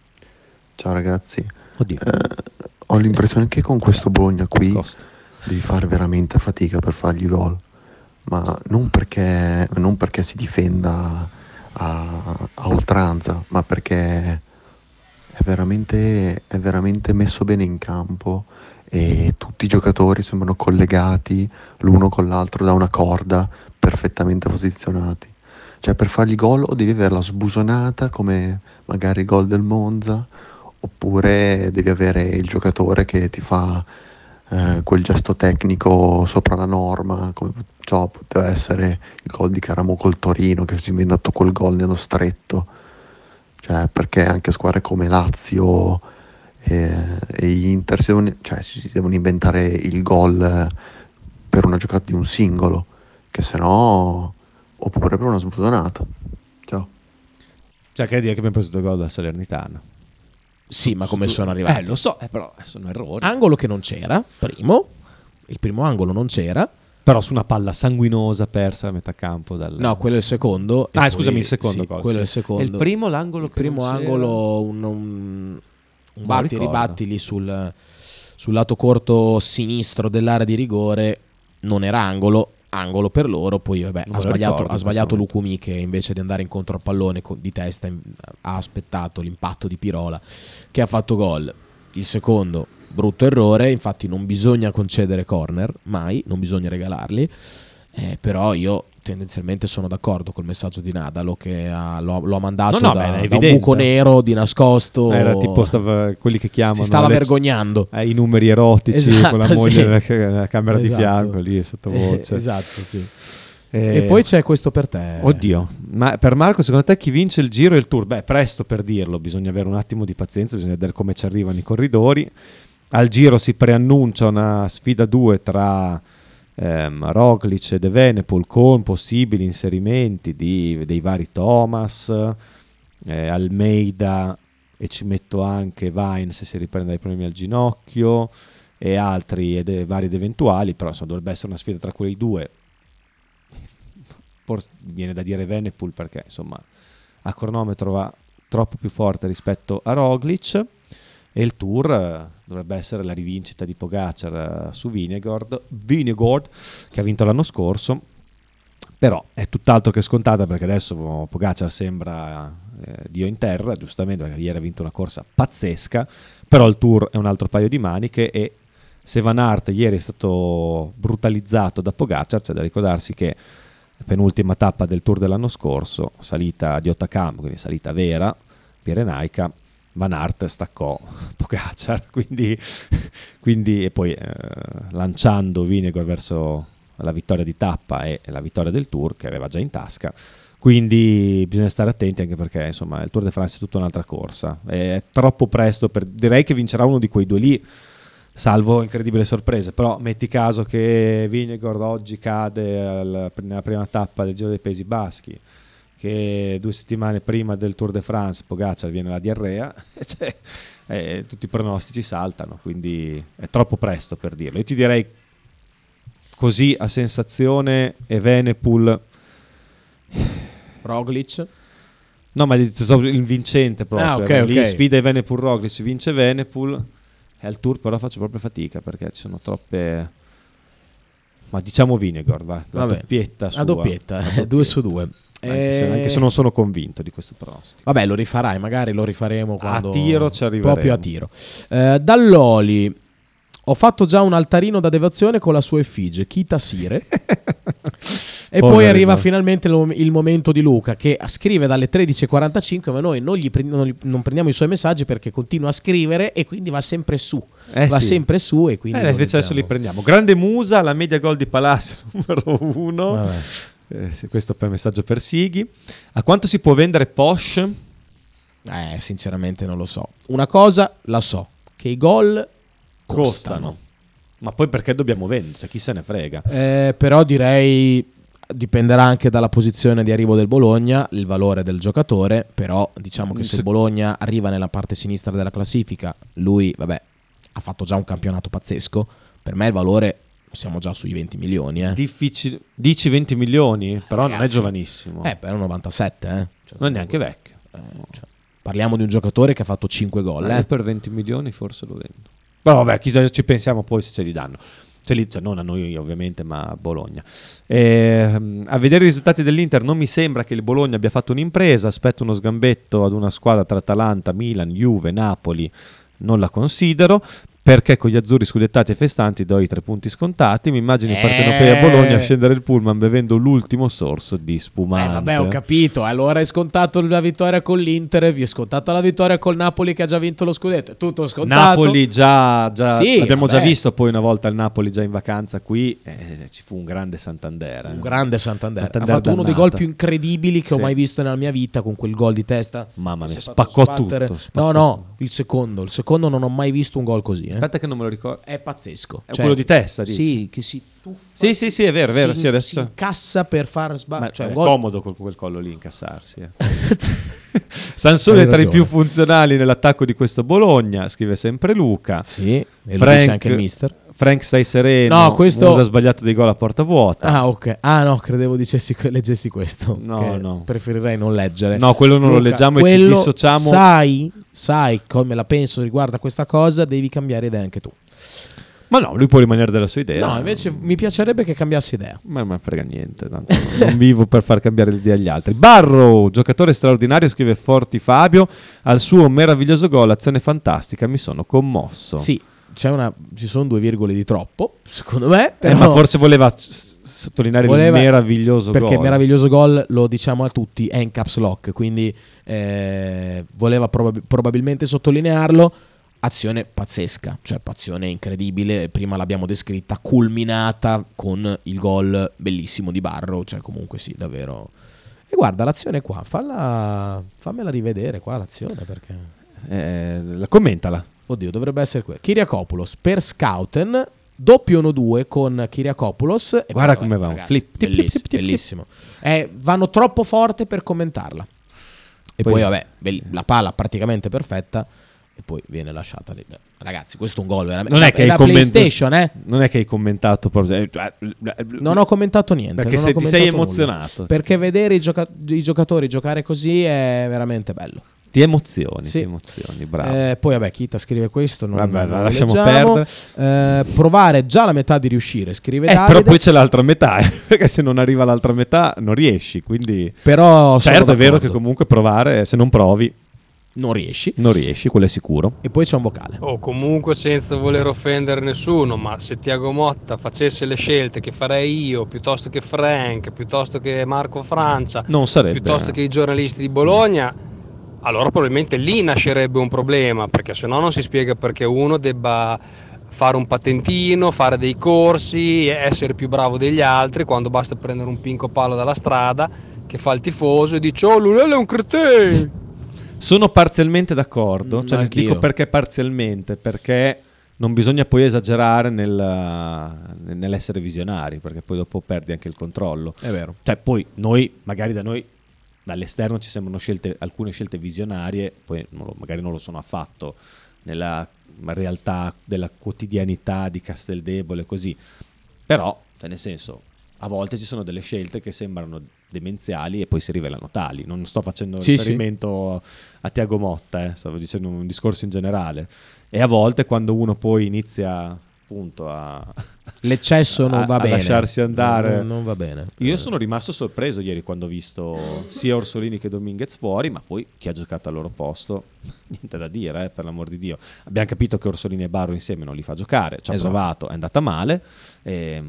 Speaker 9: Ciao ragazzi.
Speaker 2: Oddio.
Speaker 9: Eh, ho l'impressione che con questo Bologna qui
Speaker 3: Nascosto.
Speaker 9: devi fare veramente fatica per fargli gol, ma non perché, non perché si difenda a, a oltranza, ma perché è veramente, è veramente messo bene in campo e tutti i giocatori sembrano collegati l'uno con l'altro da una corda, perfettamente posizionati. Cioè per fargli gol o devi avere la sbusonata come magari il gol del Monza, oppure devi avere il giocatore che ti fa eh, quel gesto tecnico sopra la norma, come ciò poteva essere il gol di Caramo col Torino, che si è inventato quel gol nello stretto. Cioè perché anche squadre come Lazio e, e Inter si devono, cioè, si devono inventare il gol eh, per una giocata di un singolo, che se no, oppure per una sbusonata. Ciao.
Speaker 3: Cioè che dire che abbiamo preso due gol da Salernitana.
Speaker 2: Sì, ma come sono arrivati?
Speaker 3: Eh, lo so, eh, però sono errori.
Speaker 2: Angolo che non c'era, primo. Il primo angolo non c'era.
Speaker 3: Però su una palla sanguinosa persa a metà campo dal...
Speaker 2: No, quello è il secondo. e
Speaker 3: Ah,
Speaker 2: poi-
Speaker 3: scusami, il secondo
Speaker 2: sì,
Speaker 3: gol,
Speaker 2: quello
Speaker 3: sì.
Speaker 2: è il secondo.
Speaker 3: E il primo, l'angolo
Speaker 2: Il
Speaker 3: che
Speaker 2: primo
Speaker 3: non c'era?
Speaker 2: angolo, un, un, un
Speaker 3: Non
Speaker 2: batti
Speaker 3: ricordo.
Speaker 2: ribatti lì sul, sul lato corto sinistro dell'area di rigore, non era angolo, angolo per loro. Poi vabbè,
Speaker 3: Non
Speaker 2: ha
Speaker 3: me lo
Speaker 2: sbagliato,
Speaker 3: ricordo,
Speaker 2: ha sbagliato
Speaker 3: in questo
Speaker 2: Lucumi, che invece di andare incontro al pallone co- di testa in- ha aspettato l'impatto di Pirola, che ha fatto gol. Il secondo, brutto errore, infatti non bisogna concedere corner, mai, non bisogna regalarli. Eh, però io tendenzialmente sono d'accordo col messaggio di Nadalo, che ha- lo, ha- lo ha mandato
Speaker 3: No, no,
Speaker 2: da,
Speaker 3: beh, è
Speaker 2: da un
Speaker 3: evidente.
Speaker 2: buco nero di nascosto.
Speaker 3: Era tipo stava, quelli che chiamano
Speaker 2: si stava
Speaker 3: le-
Speaker 2: vergognando.
Speaker 3: eh, i numeri erotici
Speaker 2: Esatto,
Speaker 3: con la moglie
Speaker 2: sì.
Speaker 3: nella, nella camera di
Speaker 2: Esatto.
Speaker 3: fianco lì sottovoce.
Speaker 2: Eh, esatto, sì.
Speaker 3: Eh,
Speaker 2: E poi c'è questo per te.
Speaker 3: Oddio, ma per Marco secondo te chi vince il Giro e il Tour? Beh, presto per dirlo, bisogna avere un attimo di pazienza, bisogna vedere come ci arrivano i corridori. Al Giro si preannuncia una sfida due tra ehm, Roglic e De Venepul, con possibili inserimenti di, dei vari Thomas, eh, Almeida, e ci metto anche Vine se si riprende dai problemi al ginocchio, e altri ed, vari ed eventuali, però insomma, dovrebbe essere una sfida tra quei due. Forse viene da dire Venepul perché insomma a cronometro va troppo più forte rispetto a Roglic, e il Tour eh, dovrebbe essere la rivincita di Pogacar eh, su Vingegaard, Vingegaard che ha vinto l'anno scorso, però è tutt'altro che scontata, perché adesso Pogacar sembra eh, Dio in terra, giustamente perché ieri ha vinto una corsa pazzesca, però il Tour è un altro paio di maniche, e se Van Aert ieri è stato brutalizzato da Pogacar, c'è da ricordarsi che penultima tappa del Tour dell'anno scorso, salita di Otakam, quindi salita vera, pirenaica. Van Aert staccò Pogačar, quindi, quindi e poi eh, lanciando Vingegaard verso la vittoria di tappa e la vittoria del Tour che aveva già in tasca. Quindi bisogna stare attenti, anche perché insomma il Tour de France è tutta un'altra corsa, è troppo presto per direi che vincerà uno di quei due lì, salvo incredibili sorprese. Però metti caso che Vingegaard oggi cade al, nella prima tappa del Giro dei Paesi Baschi, che due settimane prima del Tour de France Pogačar viene la diarrea, cioè, eh, tutti i pronostici saltano, quindi è troppo presto per dirlo. Io ti direi così a sensazione Evenepoel,
Speaker 2: Roglic.
Speaker 3: No, ma il vincente proprio.
Speaker 2: Ah, okay,
Speaker 3: lì
Speaker 2: okay.
Speaker 3: sfida Evenepoel Roglic, vince Evenepoel. E al Tour però faccio proprio fatica perché ci sono troppe. Ma diciamo Vingegaard, va, la
Speaker 2: Vabbè,
Speaker 3: doppietta sua.
Speaker 2: La doppietta, la due su due.
Speaker 3: Anche, se, anche se non sono convinto di questo pronostico.
Speaker 2: Vabbè, lo rifarai, magari lo rifaremo quando
Speaker 3: a tiro ci arriveremo.
Speaker 2: Proprio a tiro. Eh, Dall'Oli, ho fatto già un altarino da devozione con la sua effigie, Kita Sire. E
Speaker 3: Poi
Speaker 2: poi
Speaker 3: arriva.
Speaker 2: arriva finalmente lo- il momento di Luca, che scrive dalle tredici e quarantacinque, ma noi non, gli pre- non, gli- non prendiamo i suoi messaggi perché continua a scrivere e quindi va sempre su.
Speaker 3: Eh
Speaker 2: va
Speaker 3: sì.
Speaker 2: sempre su e quindi
Speaker 3: Eh,
Speaker 2: lo
Speaker 3: invece adesso
Speaker 2: leggiamo.
Speaker 3: li prendiamo. Grande Musa, la media gol di Palacio numero uno.
Speaker 2: Vabbè.
Speaker 3: Eh, sì, questo per messaggio per Sighi. A quanto si può vendere Porsche?
Speaker 2: Eh, sinceramente non lo so. Una cosa la so, che i gol costano.
Speaker 3: Costano. Ma poi perché dobbiamo vendere? Cioè, chi se ne frega?
Speaker 2: Eh, però direi dipenderà anche dalla posizione di arrivo del Bologna, il valore del giocatore, però diciamo che se il Bologna arriva nella parte sinistra della classifica, lui vabbè ha fatto già un campionato pazzesco, per me il valore siamo già sui venti milioni. Eh.
Speaker 3: Difficile. Dici venti milioni? Però non è
Speaker 2: Ragazzi,
Speaker 3: giovanissimo.
Speaker 2: Eh, però è un novantasette, eh. Cioè,
Speaker 3: non è neanche vecchio.
Speaker 2: eh, cioè, parliamo di un giocatore che ha fatto cinque gol.
Speaker 3: Eh,
Speaker 2: Eh.
Speaker 3: per venti milioni forse lo vendo. Però vabbè, chissà, ci pensiamo poi se ce li danno. Ce li, cioè, non a noi ovviamente, ma a Bologna. Eh, a vedere i risultati dell'Inter non mi sembra che il Bologna abbia fatto un'impresa. Aspetto uno sgambetto ad una squadra tra Atalanta, Milan, Juve, Napoli. Non la considero. Perché con gli azzurri scudettati e festanti do i tre punti scontati. Mi immagino i
Speaker 2: Eh.
Speaker 3: partenopei a Bologna scendere il pullman bevendo l'ultimo sorso di spumante.
Speaker 2: Eh, vabbè, ho capito. Allora hai scontato la vittoria con l'Inter e vi è scontata la vittoria col Napoli che ha già vinto lo scudetto. È tutto scontato.
Speaker 3: Napoli già, già
Speaker 2: Sì,
Speaker 3: l'abbiamo
Speaker 2: vabbè.
Speaker 3: già visto poi una volta il Napoli già in vacanza qui, eh, ci fu un grande Santander. eh.
Speaker 2: Un grande Santander.
Speaker 3: Santander
Speaker 2: Ha fatto uno dei
Speaker 3: dannata.
Speaker 2: gol più incredibili che ho
Speaker 3: Sì.
Speaker 2: mai visto nella mia vita con quel gol di testa.
Speaker 3: Mamma mia,
Speaker 2: Si è fatto
Speaker 3: spaccò
Speaker 2: sbattere.
Speaker 3: tutto, spaccò
Speaker 2: No, no, il secondo. Il secondo non ho mai visto un gol così. eh.
Speaker 3: Aspetta che non me lo ricordo.
Speaker 2: È pazzesco.
Speaker 3: È quello di testa, dici?
Speaker 2: Sì, che si tuffa.
Speaker 3: Sì, sì, sì, è vero, è vero.
Speaker 2: Si,
Speaker 3: sì, adesso...
Speaker 2: si incassa per far
Speaker 3: Ma
Speaker 2: sbagliare. Cioè,
Speaker 3: è
Speaker 2: un gol-
Speaker 3: comodo con quel collo lì incassarsi. eh. Sansone
Speaker 2: Hai
Speaker 3: è tra i
Speaker 2: ragione.
Speaker 3: più funzionali nell'attacco di questo Bologna, scrive sempre Luca.
Speaker 2: Sì, e lo dice anche il mister.
Speaker 3: Frank stai sereno,
Speaker 2: No, questo-
Speaker 3: Musa ha sbagliato dei gol a porta vuota.
Speaker 2: Ah, ok. Ah, no, credevo dicessi que- leggessi questo.
Speaker 3: No,
Speaker 2: che
Speaker 3: no.
Speaker 2: Preferirei non leggere.
Speaker 3: No, quello non lo
Speaker 2: Luca,
Speaker 3: leggiamo e ci
Speaker 2: quello
Speaker 3: dissociamo.
Speaker 2: Sai, sai come la penso riguardo a questa cosa, devi cambiare idea anche tu.
Speaker 3: Ma no, lui può rimanere della sua idea.
Speaker 2: No, invece mi piacerebbe che cambiassi idea.
Speaker 3: Ma non me ne frega niente, tanto non vivo per far cambiare l'idea agli altri. Barro, giocatore straordinario, scrive Forti Fabio, al suo meraviglioso gol, azione fantastica, mi sono commosso.
Speaker 2: Sì, c'è una, ci sono due virgole di troppo, secondo me.
Speaker 3: Eh,
Speaker 2: Però
Speaker 3: ma forse voleva s- sottolineare
Speaker 2: voleva-
Speaker 3: il meraviglioso
Speaker 2: perché
Speaker 3: gol.
Speaker 2: il meraviglioso gol, lo diciamo a tutti, è in caps lock, quindi eh, voleva probab- probabilmente sottolinearlo. Azione pazzesca, cioè azione incredibile, prima l'abbiamo descritta, culminata con il gol bellissimo di Barro, cioè comunque sì, davvero. E guarda l'azione qua, falla, fammela rivedere qua l'azione perché...
Speaker 3: Eh, commentala.
Speaker 2: Oddio, dovrebbe essere quello. Kyriakopoulos per Scouten, doppio uno due con Kyriakopoulos. E
Speaker 3: Guarda
Speaker 2: poi,
Speaker 3: come va, un
Speaker 2: ragazzi,
Speaker 3: flip, tip,
Speaker 2: bellissimo,
Speaker 3: tip, tip, tip.
Speaker 2: bellissimo. Eh, vanno troppo forte per commentarla. E
Speaker 3: Poi-
Speaker 2: poi, vabbè, belli- la palla praticamente perfetta e poi viene lasciata lì. È questo è un gol veramente.
Speaker 3: Non è
Speaker 2: da-
Speaker 3: che hai
Speaker 2: da
Speaker 3: commentato,
Speaker 2: PlayStation, eh?
Speaker 3: non è che hai commentato proprio.
Speaker 2: Non ho commentato niente.
Speaker 3: Perché
Speaker 2: non
Speaker 3: se
Speaker 2: ho
Speaker 3: ti sei
Speaker 2: commentato nulla.
Speaker 3: emozionato.
Speaker 2: Perché vedere i, gioca- i giocatori giocare così è veramente bello.
Speaker 3: Ti emozioni,
Speaker 2: Sì.
Speaker 3: ti emozioni, bravo.
Speaker 2: Eh, poi vabbè, Kita scrive questo, non,
Speaker 3: Vabbè,
Speaker 2: non
Speaker 3: la
Speaker 2: lo
Speaker 3: lasciamo
Speaker 2: leggiamo.
Speaker 3: perdere.
Speaker 2: Eh, provare già la metà di riuscire, scrive
Speaker 3: Eh,
Speaker 2: Davide.
Speaker 3: però poi c'è l'altra metà, eh, perché se non arriva l'altra metà non riesci, quindi
Speaker 2: Però sono
Speaker 3: certo è vero
Speaker 2: d'accordo.
Speaker 3: che comunque provare, se non provi
Speaker 2: non riesci.
Speaker 3: Non riesci, quello è sicuro.
Speaker 2: E poi c'è un vocale.
Speaker 10: O comunque, senza voler offendere nessuno, ma se Thiago Motta facesse le scelte che farei io, piuttosto che Frank, piuttosto che Marco Francia,
Speaker 3: non sarebbe,
Speaker 10: piuttosto che i giornalisti di Bologna, allora probabilmente lì nascerebbe un problema, perché se no non si spiega perché uno debba fare un patentino, fare dei corsi, essere più bravo degli altri, quando basta prendere un pinco palo dalla strada che fa il tifoso e dice oh Lulello è un cretè.
Speaker 3: Sono parzialmente d'accordo, cioè,
Speaker 2: Ma
Speaker 3: dico perché parzialmente, perché non bisogna poi esagerare nel, nell'essere visionari, perché poi dopo perdi anche il controllo.
Speaker 2: È vero.
Speaker 3: Cioè poi noi, magari da noi, dall'esterno ci sembrano scelte, alcune scelte visionarie, poi non lo, magari non lo sono affatto nella realtà della quotidianità di Casteldebole così, però cioè nel senso a volte ci sono delle scelte che sembrano demenziali e poi si rivelano tali. Non sto facendo
Speaker 2: sì,
Speaker 3: riferimento sì. a Thiago Motta, eh, stavo dicendo un discorso in generale, e a volte quando uno poi inizia appunto a
Speaker 2: l'eccesso non
Speaker 3: a,
Speaker 2: va
Speaker 3: a
Speaker 2: bene,
Speaker 3: lasciarsi andare,
Speaker 2: non, non va bene.
Speaker 3: Io sono rimasto sorpreso ieri quando ho visto sia Orsolini che Dominguez fuori, ma poi chi ha giocato al loro posto niente da dire, eh, per l'amor di Dio. Abbiamo capito che Orsolini e Barro insieme non li fa giocare, ci ha
Speaker 2: esatto. provato,
Speaker 3: è andata male, e,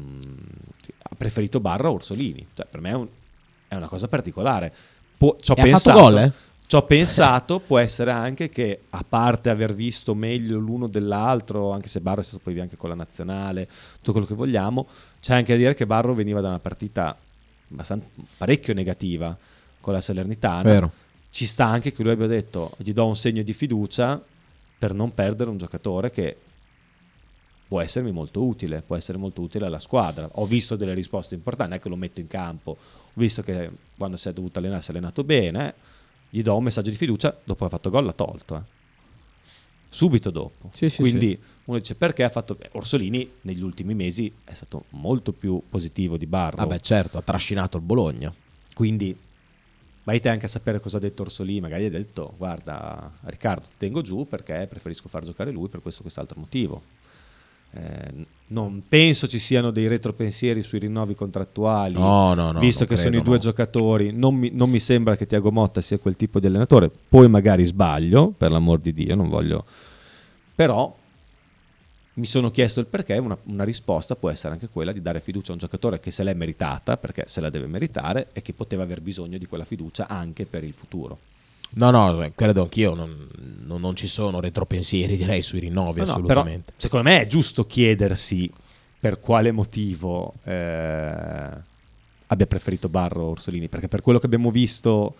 Speaker 3: ha preferito Barro a Orsolini, cioè per me è, un, è una cosa particolare. Po- ci ho
Speaker 2: e
Speaker 3: pensato,
Speaker 2: ha fatto gol, eh?
Speaker 3: Ci ho pensato, può essere anche che, a parte aver visto meglio l'uno dell'altro, anche se Barro è stato poi via anche con la nazionale, tutto quello che vogliamo, c'è anche da dire che Barro veniva da una partita abbastanza parecchio negativa con la Salernitana.
Speaker 2: Vero.
Speaker 3: Ci sta anche che lui abbia detto gli do un segno di fiducia per non perdere un giocatore che può essermi molto utile, può essere molto utile alla squadra. Ho visto delle risposte importanti, non è che lo metto in campo, ho visto che quando si è dovuto allenare si è allenato bene, eh. Gli do un messaggio di fiducia, dopo ha fatto gol l'ha tolto, eh. subito dopo.
Speaker 2: Sì, sì,
Speaker 3: Quindi
Speaker 2: sì.
Speaker 3: uno dice perché ha fatto beh, Orsolini negli ultimi mesi è stato molto più positivo di Barro.
Speaker 2: Ah beh, certo, ha trascinato il Bologna.
Speaker 3: Quindi vai te anche a sapere cosa ha detto Orsolini, magari ha detto guarda Riccardo ti tengo giù perché preferisco far giocare lui per questo o quest'altro motivo. Eh, non penso ci siano dei retropensieri sui rinnovi contrattuali,
Speaker 2: no, no, no,
Speaker 3: visto che
Speaker 2: credo,
Speaker 3: sono i due
Speaker 2: no.
Speaker 3: giocatori. Non mi, non mi sembra che Thiago Motta sia quel tipo di allenatore, poi magari sbaglio, per l'amor di Dio, non voglio, però mi sono chiesto il perché. Una, una risposta può essere anche quella di dare fiducia a un giocatore che se l'è meritata, perché se la deve meritare, e che poteva aver bisogno di quella fiducia anche per il futuro.
Speaker 2: No, no, credo anch'io, non, non, non ci sono retropensieri direi sui rinnovi,
Speaker 3: no, no,
Speaker 2: assolutamente.
Speaker 3: Però, secondo me è giusto chiedersi per quale motivo eh, abbia preferito Barro o Orsolini, perché per quello che abbiamo visto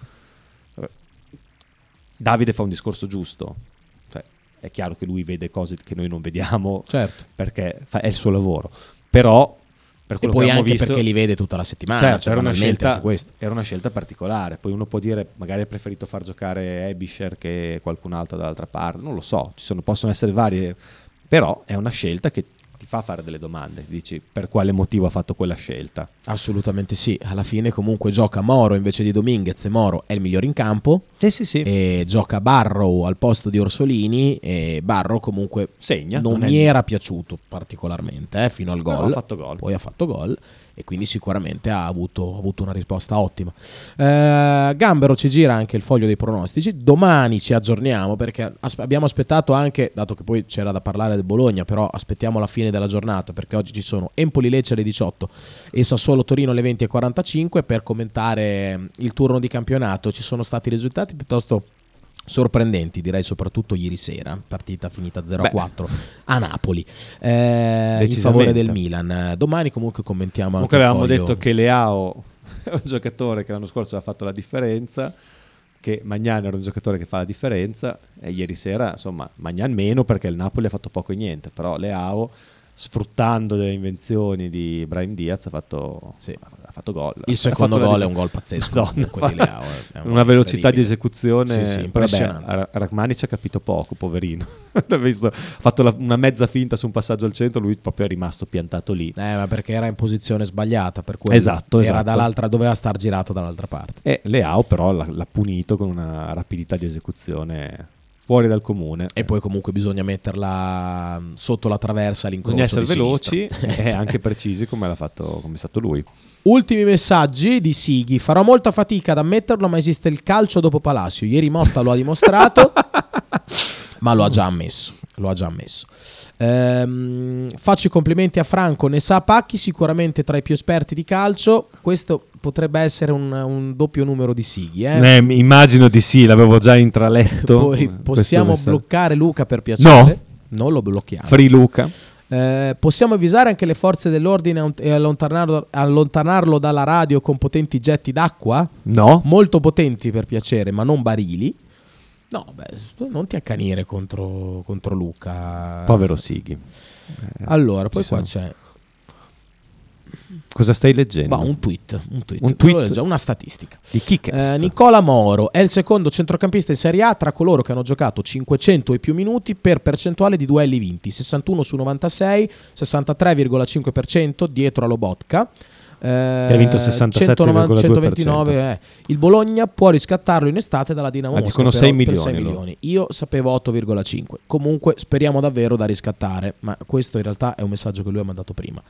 Speaker 3: Davide fa un discorso giusto, cioè, è chiaro che lui vede cose che noi non vediamo,
Speaker 2: certo,
Speaker 3: perché fa, è il suo lavoro, però per
Speaker 2: e
Speaker 3: quello
Speaker 2: poi
Speaker 3: che
Speaker 2: anche
Speaker 3: visto,
Speaker 2: perché li vede tutta la settimana,
Speaker 3: certo,
Speaker 2: cioè,
Speaker 3: era, una scelta,
Speaker 2: anche questo.
Speaker 3: era una scelta particolare. Poi uno può dire magari ha preferito far giocare Ebischer che qualcun altro dall'altra parte, non lo so, ci sono, possono essere varie, però è una scelta che ti fa fare delle domande, dici per quale motivo ha fatto quella scelta.
Speaker 2: Assolutamente sì, alla fine comunque gioca Moro invece di Dominguez e Moro è il migliore in campo,
Speaker 3: sì, sì, sì.
Speaker 2: E gioca Barrow al posto di Orsolini e Barrow comunque
Speaker 3: segna,
Speaker 2: non,
Speaker 3: non
Speaker 2: mi
Speaker 3: è...
Speaker 2: era piaciuto particolarmente eh, fino al gol,
Speaker 3: ha fatto gol,
Speaker 2: poi ha fatto gol e quindi sicuramente ha avuto, ha avuto una risposta ottima. eh, Gambero ci gira anche il foglio dei pronostici, domani ci aggiorniamo perché as- abbiamo aspettato anche, dato che poi c'era da parlare del Bologna, però aspettiamo la fine della giornata perché oggi ci sono Empoli-Lecce alle diciotto e Sassuolo-Torino alle venti e quarantacinque per commentare il turno di campionato. Ci sono stati risultati piuttosto sorprendenti, direi soprattutto ieri sera, partita finita zero a quattro a Napoli, eh, in favore del Milan. Domani comunque commentiamo
Speaker 3: comunque
Speaker 2: anche
Speaker 3: avevamo
Speaker 2: foglio...
Speaker 3: detto che Leao è un giocatore che l'anno scorso aveva fatto la differenza, che Magnan era un giocatore che fa la differenza, e ieri sera insomma Magnan meno perché il Napoli ha fatto poco e niente, però Leao sfruttando delle invenzioni di Brahim Diaz ha fatto, sì. ha fatto gol.
Speaker 2: Il secondo gol è un gol pazzesco.
Speaker 3: Madonna,
Speaker 2: di Leao, è un
Speaker 3: una velocità di esecuzione,
Speaker 2: sì, sì, impressionante.
Speaker 3: Vabbè, Rachmani ci ha capito poco, poverino. visto, ha fatto la, una mezza finta su un passaggio al centro, lui proprio è rimasto piantato lì.
Speaker 2: Eh, ma perché era in posizione sbagliata, per quello
Speaker 3: esatto,
Speaker 2: era
Speaker 3: esatto.
Speaker 2: dall'altra, doveva star girato dall'altra parte.
Speaker 3: E Leao però l'ha, l'ha punito con una rapidità di esecuzione fuori dal comune.
Speaker 2: E poi comunque bisogna metterla sotto la traversa all'incrocio
Speaker 3: Bisogna essere
Speaker 2: di
Speaker 3: veloci
Speaker 2: sinistra.
Speaker 3: e anche precisi come l'ha fatto, come è stato lui.
Speaker 2: Ultimi messaggi di Sighi. Farò molta fatica ad ammetterlo, ma esiste il calcio dopo Palacio. Ieri Motta lo ha dimostrato, ma lo ha già ammesso. Lo ha già ammesso. Ehm, faccio i complimenti a Franco, ne sa pacchi, sicuramente tra i più esperti di calcio. Questo potrebbe essere un, un doppio numero di Sighi. Eh?
Speaker 3: Eh, immagino di sì, l'avevo già intraletto.
Speaker 2: Poi possiamo
Speaker 3: Questo
Speaker 2: bloccare Luca per piacere?
Speaker 3: No.
Speaker 2: Non lo blocchiamo.
Speaker 3: Free Luca.
Speaker 2: Eh, possiamo avvisare anche le forze dell'ordine e allontanarlo, allontanarlo dalla radio con potenti getti d'acqua?
Speaker 3: No.
Speaker 2: Molto potenti per piacere, ma non barili. No, beh, tu non ti accanire contro, contro Luca.
Speaker 3: Povero Sighi. Eh,
Speaker 2: Allora, poi
Speaker 3: ci
Speaker 2: qua
Speaker 3: sono.
Speaker 2: c'è
Speaker 3: Cosa stai leggendo?
Speaker 2: bah, un tweet, un tweet,
Speaker 3: Un tweet?
Speaker 2: Lo leggo, una statistica.
Speaker 3: Di chi che
Speaker 2: Eh, Nicola Moro è il secondo centrocampista in Serie A tra coloro che hanno giocato cinquecento e più minuti per percentuale di duelli vinti, sessantuno su novantasei, sessantatré virgola cinque per cento dietro a Lobotka. Eh,
Speaker 3: Che ha vinto sessantasette virgola due per cento.
Speaker 2: centoventinove, eh. Il Bologna può riscattarlo in estate dalla Dinamo
Speaker 3: Ah,
Speaker 2: Mosca
Speaker 3: dicono
Speaker 2: per,
Speaker 3: sei
Speaker 2: per
Speaker 3: milioni,
Speaker 2: sei
Speaker 3: loro.
Speaker 2: milioni. Io sapevo otto virgola cinque. Comunque speriamo davvero da riscattare, ma questo in realtà è un messaggio che lui ha mandato prima.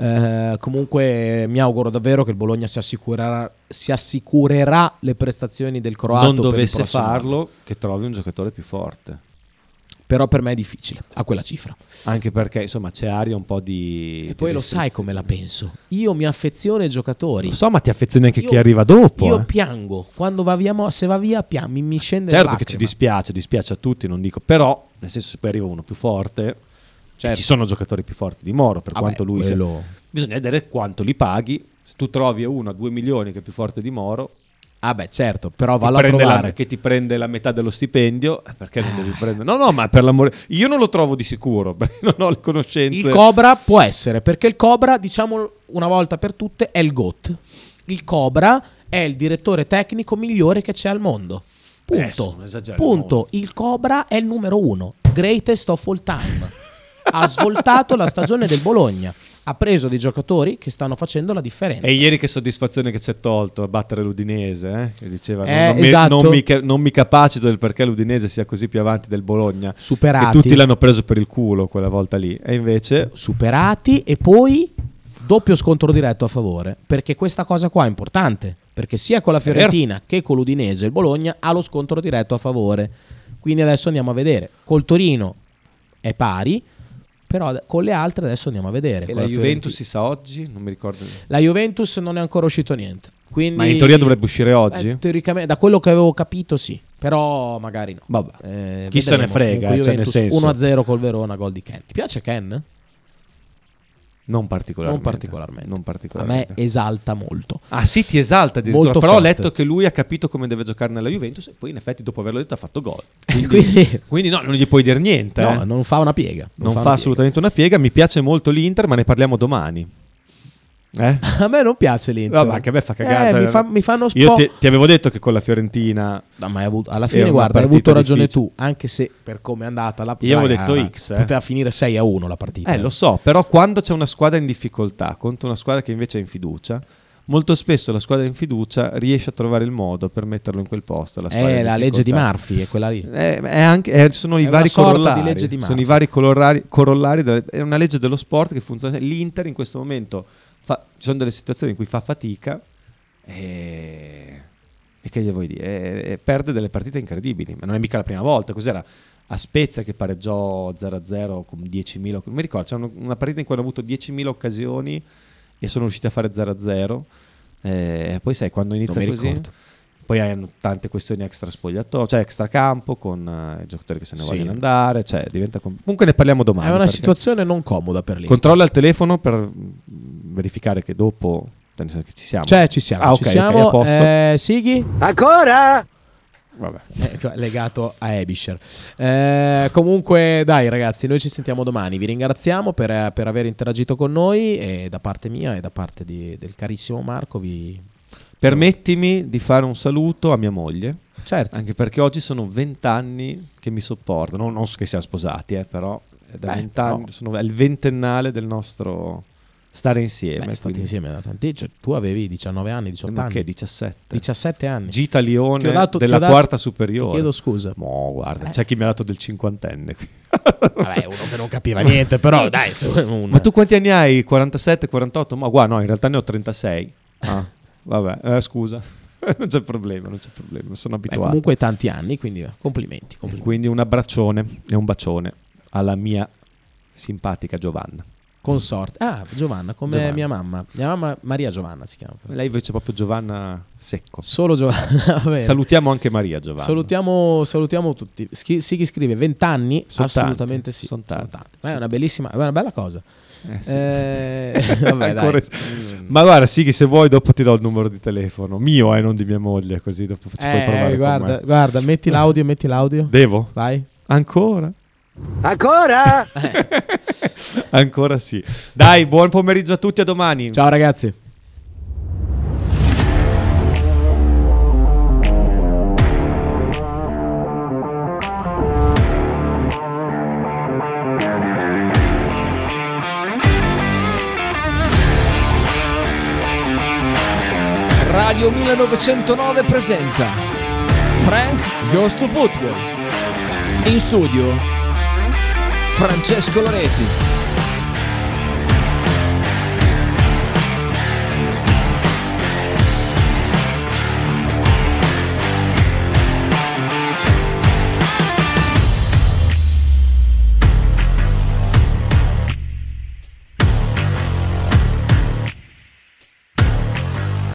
Speaker 2: Eh, comunque mi auguro davvero che il Bologna si assicurerà, si assicurerà le prestazioni del croato.
Speaker 3: non
Speaker 2: per il
Speaker 3: dovesse
Speaker 2: prossimo
Speaker 3: farlo,
Speaker 2: anno.
Speaker 3: che trovi un giocatore più forte.
Speaker 2: Però per me è difficile a quella cifra.
Speaker 3: Anche perché insomma c'è aria un po' di.
Speaker 2: E poi
Speaker 3: di
Speaker 2: lo sai come la penso. Io mi affeziono ai giocatori.
Speaker 3: Lo so, ma ti affezioni anche
Speaker 2: Io-
Speaker 3: chi arriva dopo.
Speaker 2: Io
Speaker 3: eh.
Speaker 2: piango quando va via, Mo- se va via pian- mi, mi scende la
Speaker 3: Certo che
Speaker 2: lacrima.
Speaker 3: ci dispiace, dispiace a tutti, non dico, però nel senso se poi arriva uno più forte,
Speaker 2: Certo.
Speaker 3: ci sono giocatori più forti di Moro, per
Speaker 2: Vabbè,
Speaker 3: quanto lui sia.
Speaker 2: quello-
Speaker 3: Bisogna vedere quanto li paghi. Se tu trovi uno a due milioni che è più forte di Moro,
Speaker 2: Ah beh, certo, però
Speaker 3: ti
Speaker 2: vallo a
Speaker 3: prende la-
Speaker 2: trovare.
Speaker 3: che ti prende la metà dello stipendio, eh, perché non devi prendere? No, no, ma per l'amore, io non lo trovo di sicuro, perché non ho le conoscenze.
Speaker 2: Il Cobra può essere, perché il Cobra, diciamo una volta per tutte, è il GOAT. Il Cobra è il direttore tecnico migliore che c'è al mondo.
Speaker 3: Adesso,
Speaker 2: Punto.
Speaker 3: non esagerare
Speaker 2: Punto.
Speaker 3: molto.
Speaker 2: Il Cobra è il numero uno. Greatest of all time. Ha svoltato la stagione del Bologna. Ha preso dei giocatori che stanno facendo la differenza.
Speaker 3: E ieri che soddisfazione che ci è tolto a battere l'Udinese, eh? Che diceva
Speaker 2: Eh,
Speaker 3: non, non mi-
Speaker 2: esatto.
Speaker 3: non mi, ca- non mi capacito del perché l'Udinese sia così più avanti del Bologna.
Speaker 2: Superati.
Speaker 3: E tutti l'hanno preso per il culo quella volta lì. E invece
Speaker 2: Superati e poi doppio scontro diretto a favore, perché questa cosa qua è importante, perché sia con la Fiorentina che con l'Udinese il Bologna ha lo scontro diretto a favore. Quindi adesso andiamo a vedere. Col Torino è pari, però con le altre adesso andiamo a vedere.
Speaker 3: e
Speaker 2: Con
Speaker 3: la
Speaker 2: la
Speaker 3: Juventus
Speaker 2: Fiorentina.
Speaker 3: si sa oggi, non mi ricordo.
Speaker 2: La Juventus non è ancora uscito niente. Quindi,
Speaker 3: Ma in teoria dovrebbe uscire oggi?
Speaker 2: Eh, teoricamente, da quello che avevo capito sì, però magari no.
Speaker 3: Vabbè.
Speaker 2: Eh,
Speaker 3: Chi se ne
Speaker 2: vedremo.
Speaker 3: frega,
Speaker 2: Comunque
Speaker 3: cioè, nel
Speaker 2: Juventus
Speaker 3: senso.
Speaker 2: uno a zero col Verona, gol di Ken. Ti piace Ken?
Speaker 3: Non particolarmente.
Speaker 2: Non particolarmente.
Speaker 3: Non
Speaker 2: A
Speaker 3: particolarmente.
Speaker 2: me esalta molto.
Speaker 3: Ah sì, ti esalta addirittura.
Speaker 2: Molto
Speaker 3: Però ho
Speaker 2: forte.
Speaker 3: letto che lui ha capito come deve giocare nella Juventus e poi in effetti dopo averlo detto ha fatto gol. Quindi,
Speaker 2: Quindi-
Speaker 3: quindi no, non gli puoi dire niente.
Speaker 2: No,
Speaker 3: eh.
Speaker 2: non fa una piega.
Speaker 3: Non,
Speaker 2: fa
Speaker 3: fa
Speaker 2: una
Speaker 3: assolutamente una piega. Mi piace molto l'Inter, ma ne parliamo domani. Eh?
Speaker 2: piega. A me non piace l'Inter.
Speaker 3: Vabbè, che a me fa cagare.
Speaker 2: Eh,
Speaker 3: cioè,
Speaker 2: mi, fa- mi fanno
Speaker 3: Io
Speaker 2: spo-
Speaker 3: ti, ti avevo detto che con la Fiorentina.
Speaker 2: No, ma hai avuto- alla fine,
Speaker 3: Era una
Speaker 2: guarda, hai
Speaker 3: partita
Speaker 2: avuto ragione
Speaker 3: difficile.
Speaker 2: tu. Anche se per come è andata la
Speaker 3: Io avevo
Speaker 2: dai,
Speaker 3: detto
Speaker 2: ah,
Speaker 3: X, eh.
Speaker 2: Poteva finire sei a uno la partita.
Speaker 3: Eh, lo so, però quando c'è una squadra in difficoltà contro una squadra che invece è in fiducia, molto spesso la squadra in fiducia riesce a trovare il modo per metterlo in quel posto. La squadra
Speaker 2: È
Speaker 3: in
Speaker 2: la legge di
Speaker 3: difficoltà.
Speaker 2: Murphy, è quella lì.
Speaker 3: Eh, è anche, eh, sono
Speaker 2: È
Speaker 3: i
Speaker 2: una
Speaker 3: vari
Speaker 2: sorta di
Speaker 3: corollari.
Speaker 2: legge di
Speaker 3: sono i
Speaker 2: Murphy.
Speaker 3: vari corollari, corollari della- è una legge dello sport che funziona. L'Inter in questo momento fa, ci sono delle situazioni in cui fa fatica e, e che gli vuoi dire? E- e perde delle partite incredibili, ma non è mica la prima volta. Cos'era? A Spezia che pareggiò zero a zero con diecimila, non mi ricordo, c'è una, una partita in cui hanno avuto diecimila occasioni e sono riusciti a fare zero a zero. E poi sai, quando inizia
Speaker 2: mi
Speaker 3: così,
Speaker 2: ricordo.
Speaker 3: poi hanno tante questioni extra spogliatoio, cioè extra campo con eh, i giocatori che se ne
Speaker 2: Sì.
Speaker 3: vogliono andare, cioè diventa com- comunque ne parliamo domani.
Speaker 2: È una
Speaker 3: perché
Speaker 2: situazione non comoda per l'Inter.
Speaker 3: controlla il telefono per mm, verificare che dopo nel senso che ci siamo.
Speaker 2: Cioè, ci siamo.
Speaker 3: Ah,
Speaker 2: ci
Speaker 3: ok, ok,
Speaker 2: siamo.
Speaker 3: a posto.
Speaker 2: Eh, Sighi?
Speaker 11: Ancora?
Speaker 3: Vabbè.
Speaker 2: Eh, qua- legato a Ebisher. Eh, comunque, dai, ragazzi, noi ci sentiamo domani. Vi ringraziamo per, per aver interagito con noi. E da parte mia e da parte di- del carissimo Marco, vi.
Speaker 3: Permettimi di fare un saluto a mia moglie.
Speaker 2: Certo.
Speaker 3: Anche perché oggi sono vent'anni che mi sopportano. Non che siamo sposati, eh, però è da
Speaker 2: Beh,
Speaker 3: vent'anni,
Speaker 2: no.
Speaker 3: sono, è il ventennale del nostro stare insieme.
Speaker 2: Beh, state
Speaker 3: quindi-
Speaker 2: insieme da tanti, cioè, tu avevi diciannove anni, diciotto
Speaker 3: Ma
Speaker 2: anni.
Speaker 3: che diciassette?
Speaker 2: diciassette anni.
Speaker 3: Gita Lione
Speaker 2: Ti ho dato- ti
Speaker 3: della
Speaker 2: ho dato-
Speaker 3: quarta
Speaker 2: Ti
Speaker 3: superiore.
Speaker 2: chiedo scusa.
Speaker 3: No, guarda,
Speaker 2: Eh.
Speaker 3: c'è chi mi ha dato del cinquantenne.
Speaker 2: Vabbè, uno che non capiva niente, però dai, su, un-
Speaker 3: Ma tu quanti anni hai? quarantasette, quarantotto? Ma guarda, no, in realtà ne ho trentasei. Ah, vabbè, eh, scusa. Non c'è problema, non c'è problema, sono
Speaker 2: Beh,
Speaker 3: abituato.
Speaker 2: comunque tanti anni, quindi eh, complimenti, complimenti.
Speaker 3: Quindi un abbraccione e un bacione alla mia simpatica Giovanna.
Speaker 2: Consorte. Ah, Giovanna, come
Speaker 3: Giovanna.
Speaker 2: mia mamma. Mia mamma Maria Giovanna si chiama.
Speaker 3: Lei invece è proprio Giovanna Secco.
Speaker 2: Solo Giovanna. va bene.
Speaker 3: Salutiamo anche Maria Giovanna.
Speaker 2: Salutiamo, salutiamo tutti. Schi- sì, chi scrive venti anni?
Speaker 3: Sono
Speaker 2: assolutamente
Speaker 3: tanti,
Speaker 2: sì.
Speaker 3: sono
Speaker 2: sono
Speaker 3: tanti.
Speaker 2: tanti. Ma è una bellissima, è una bella cosa.
Speaker 3: Eh, sì.
Speaker 2: Eh, vabbè, dai.
Speaker 3: Ancora- Ma guarda, sì, che se vuoi dopo ti do il numero di telefono mio e non di mia moglie, così dopo ci puoi provare
Speaker 2: Eh,
Speaker 3: con
Speaker 2: guarda,
Speaker 3: me.
Speaker 2: guarda, metti l'audio, metti l'audio.
Speaker 3: Devo?
Speaker 2: Vai.
Speaker 3: Ancora?
Speaker 11: Ancora?
Speaker 3: Ancora sì. Dai, buon pomeriggio a tutti, a domani.
Speaker 2: Ciao ragazzi.
Speaker 1: Radio millenovecentonove presenta Frank Goes to Football. In studio Francesco Loreti.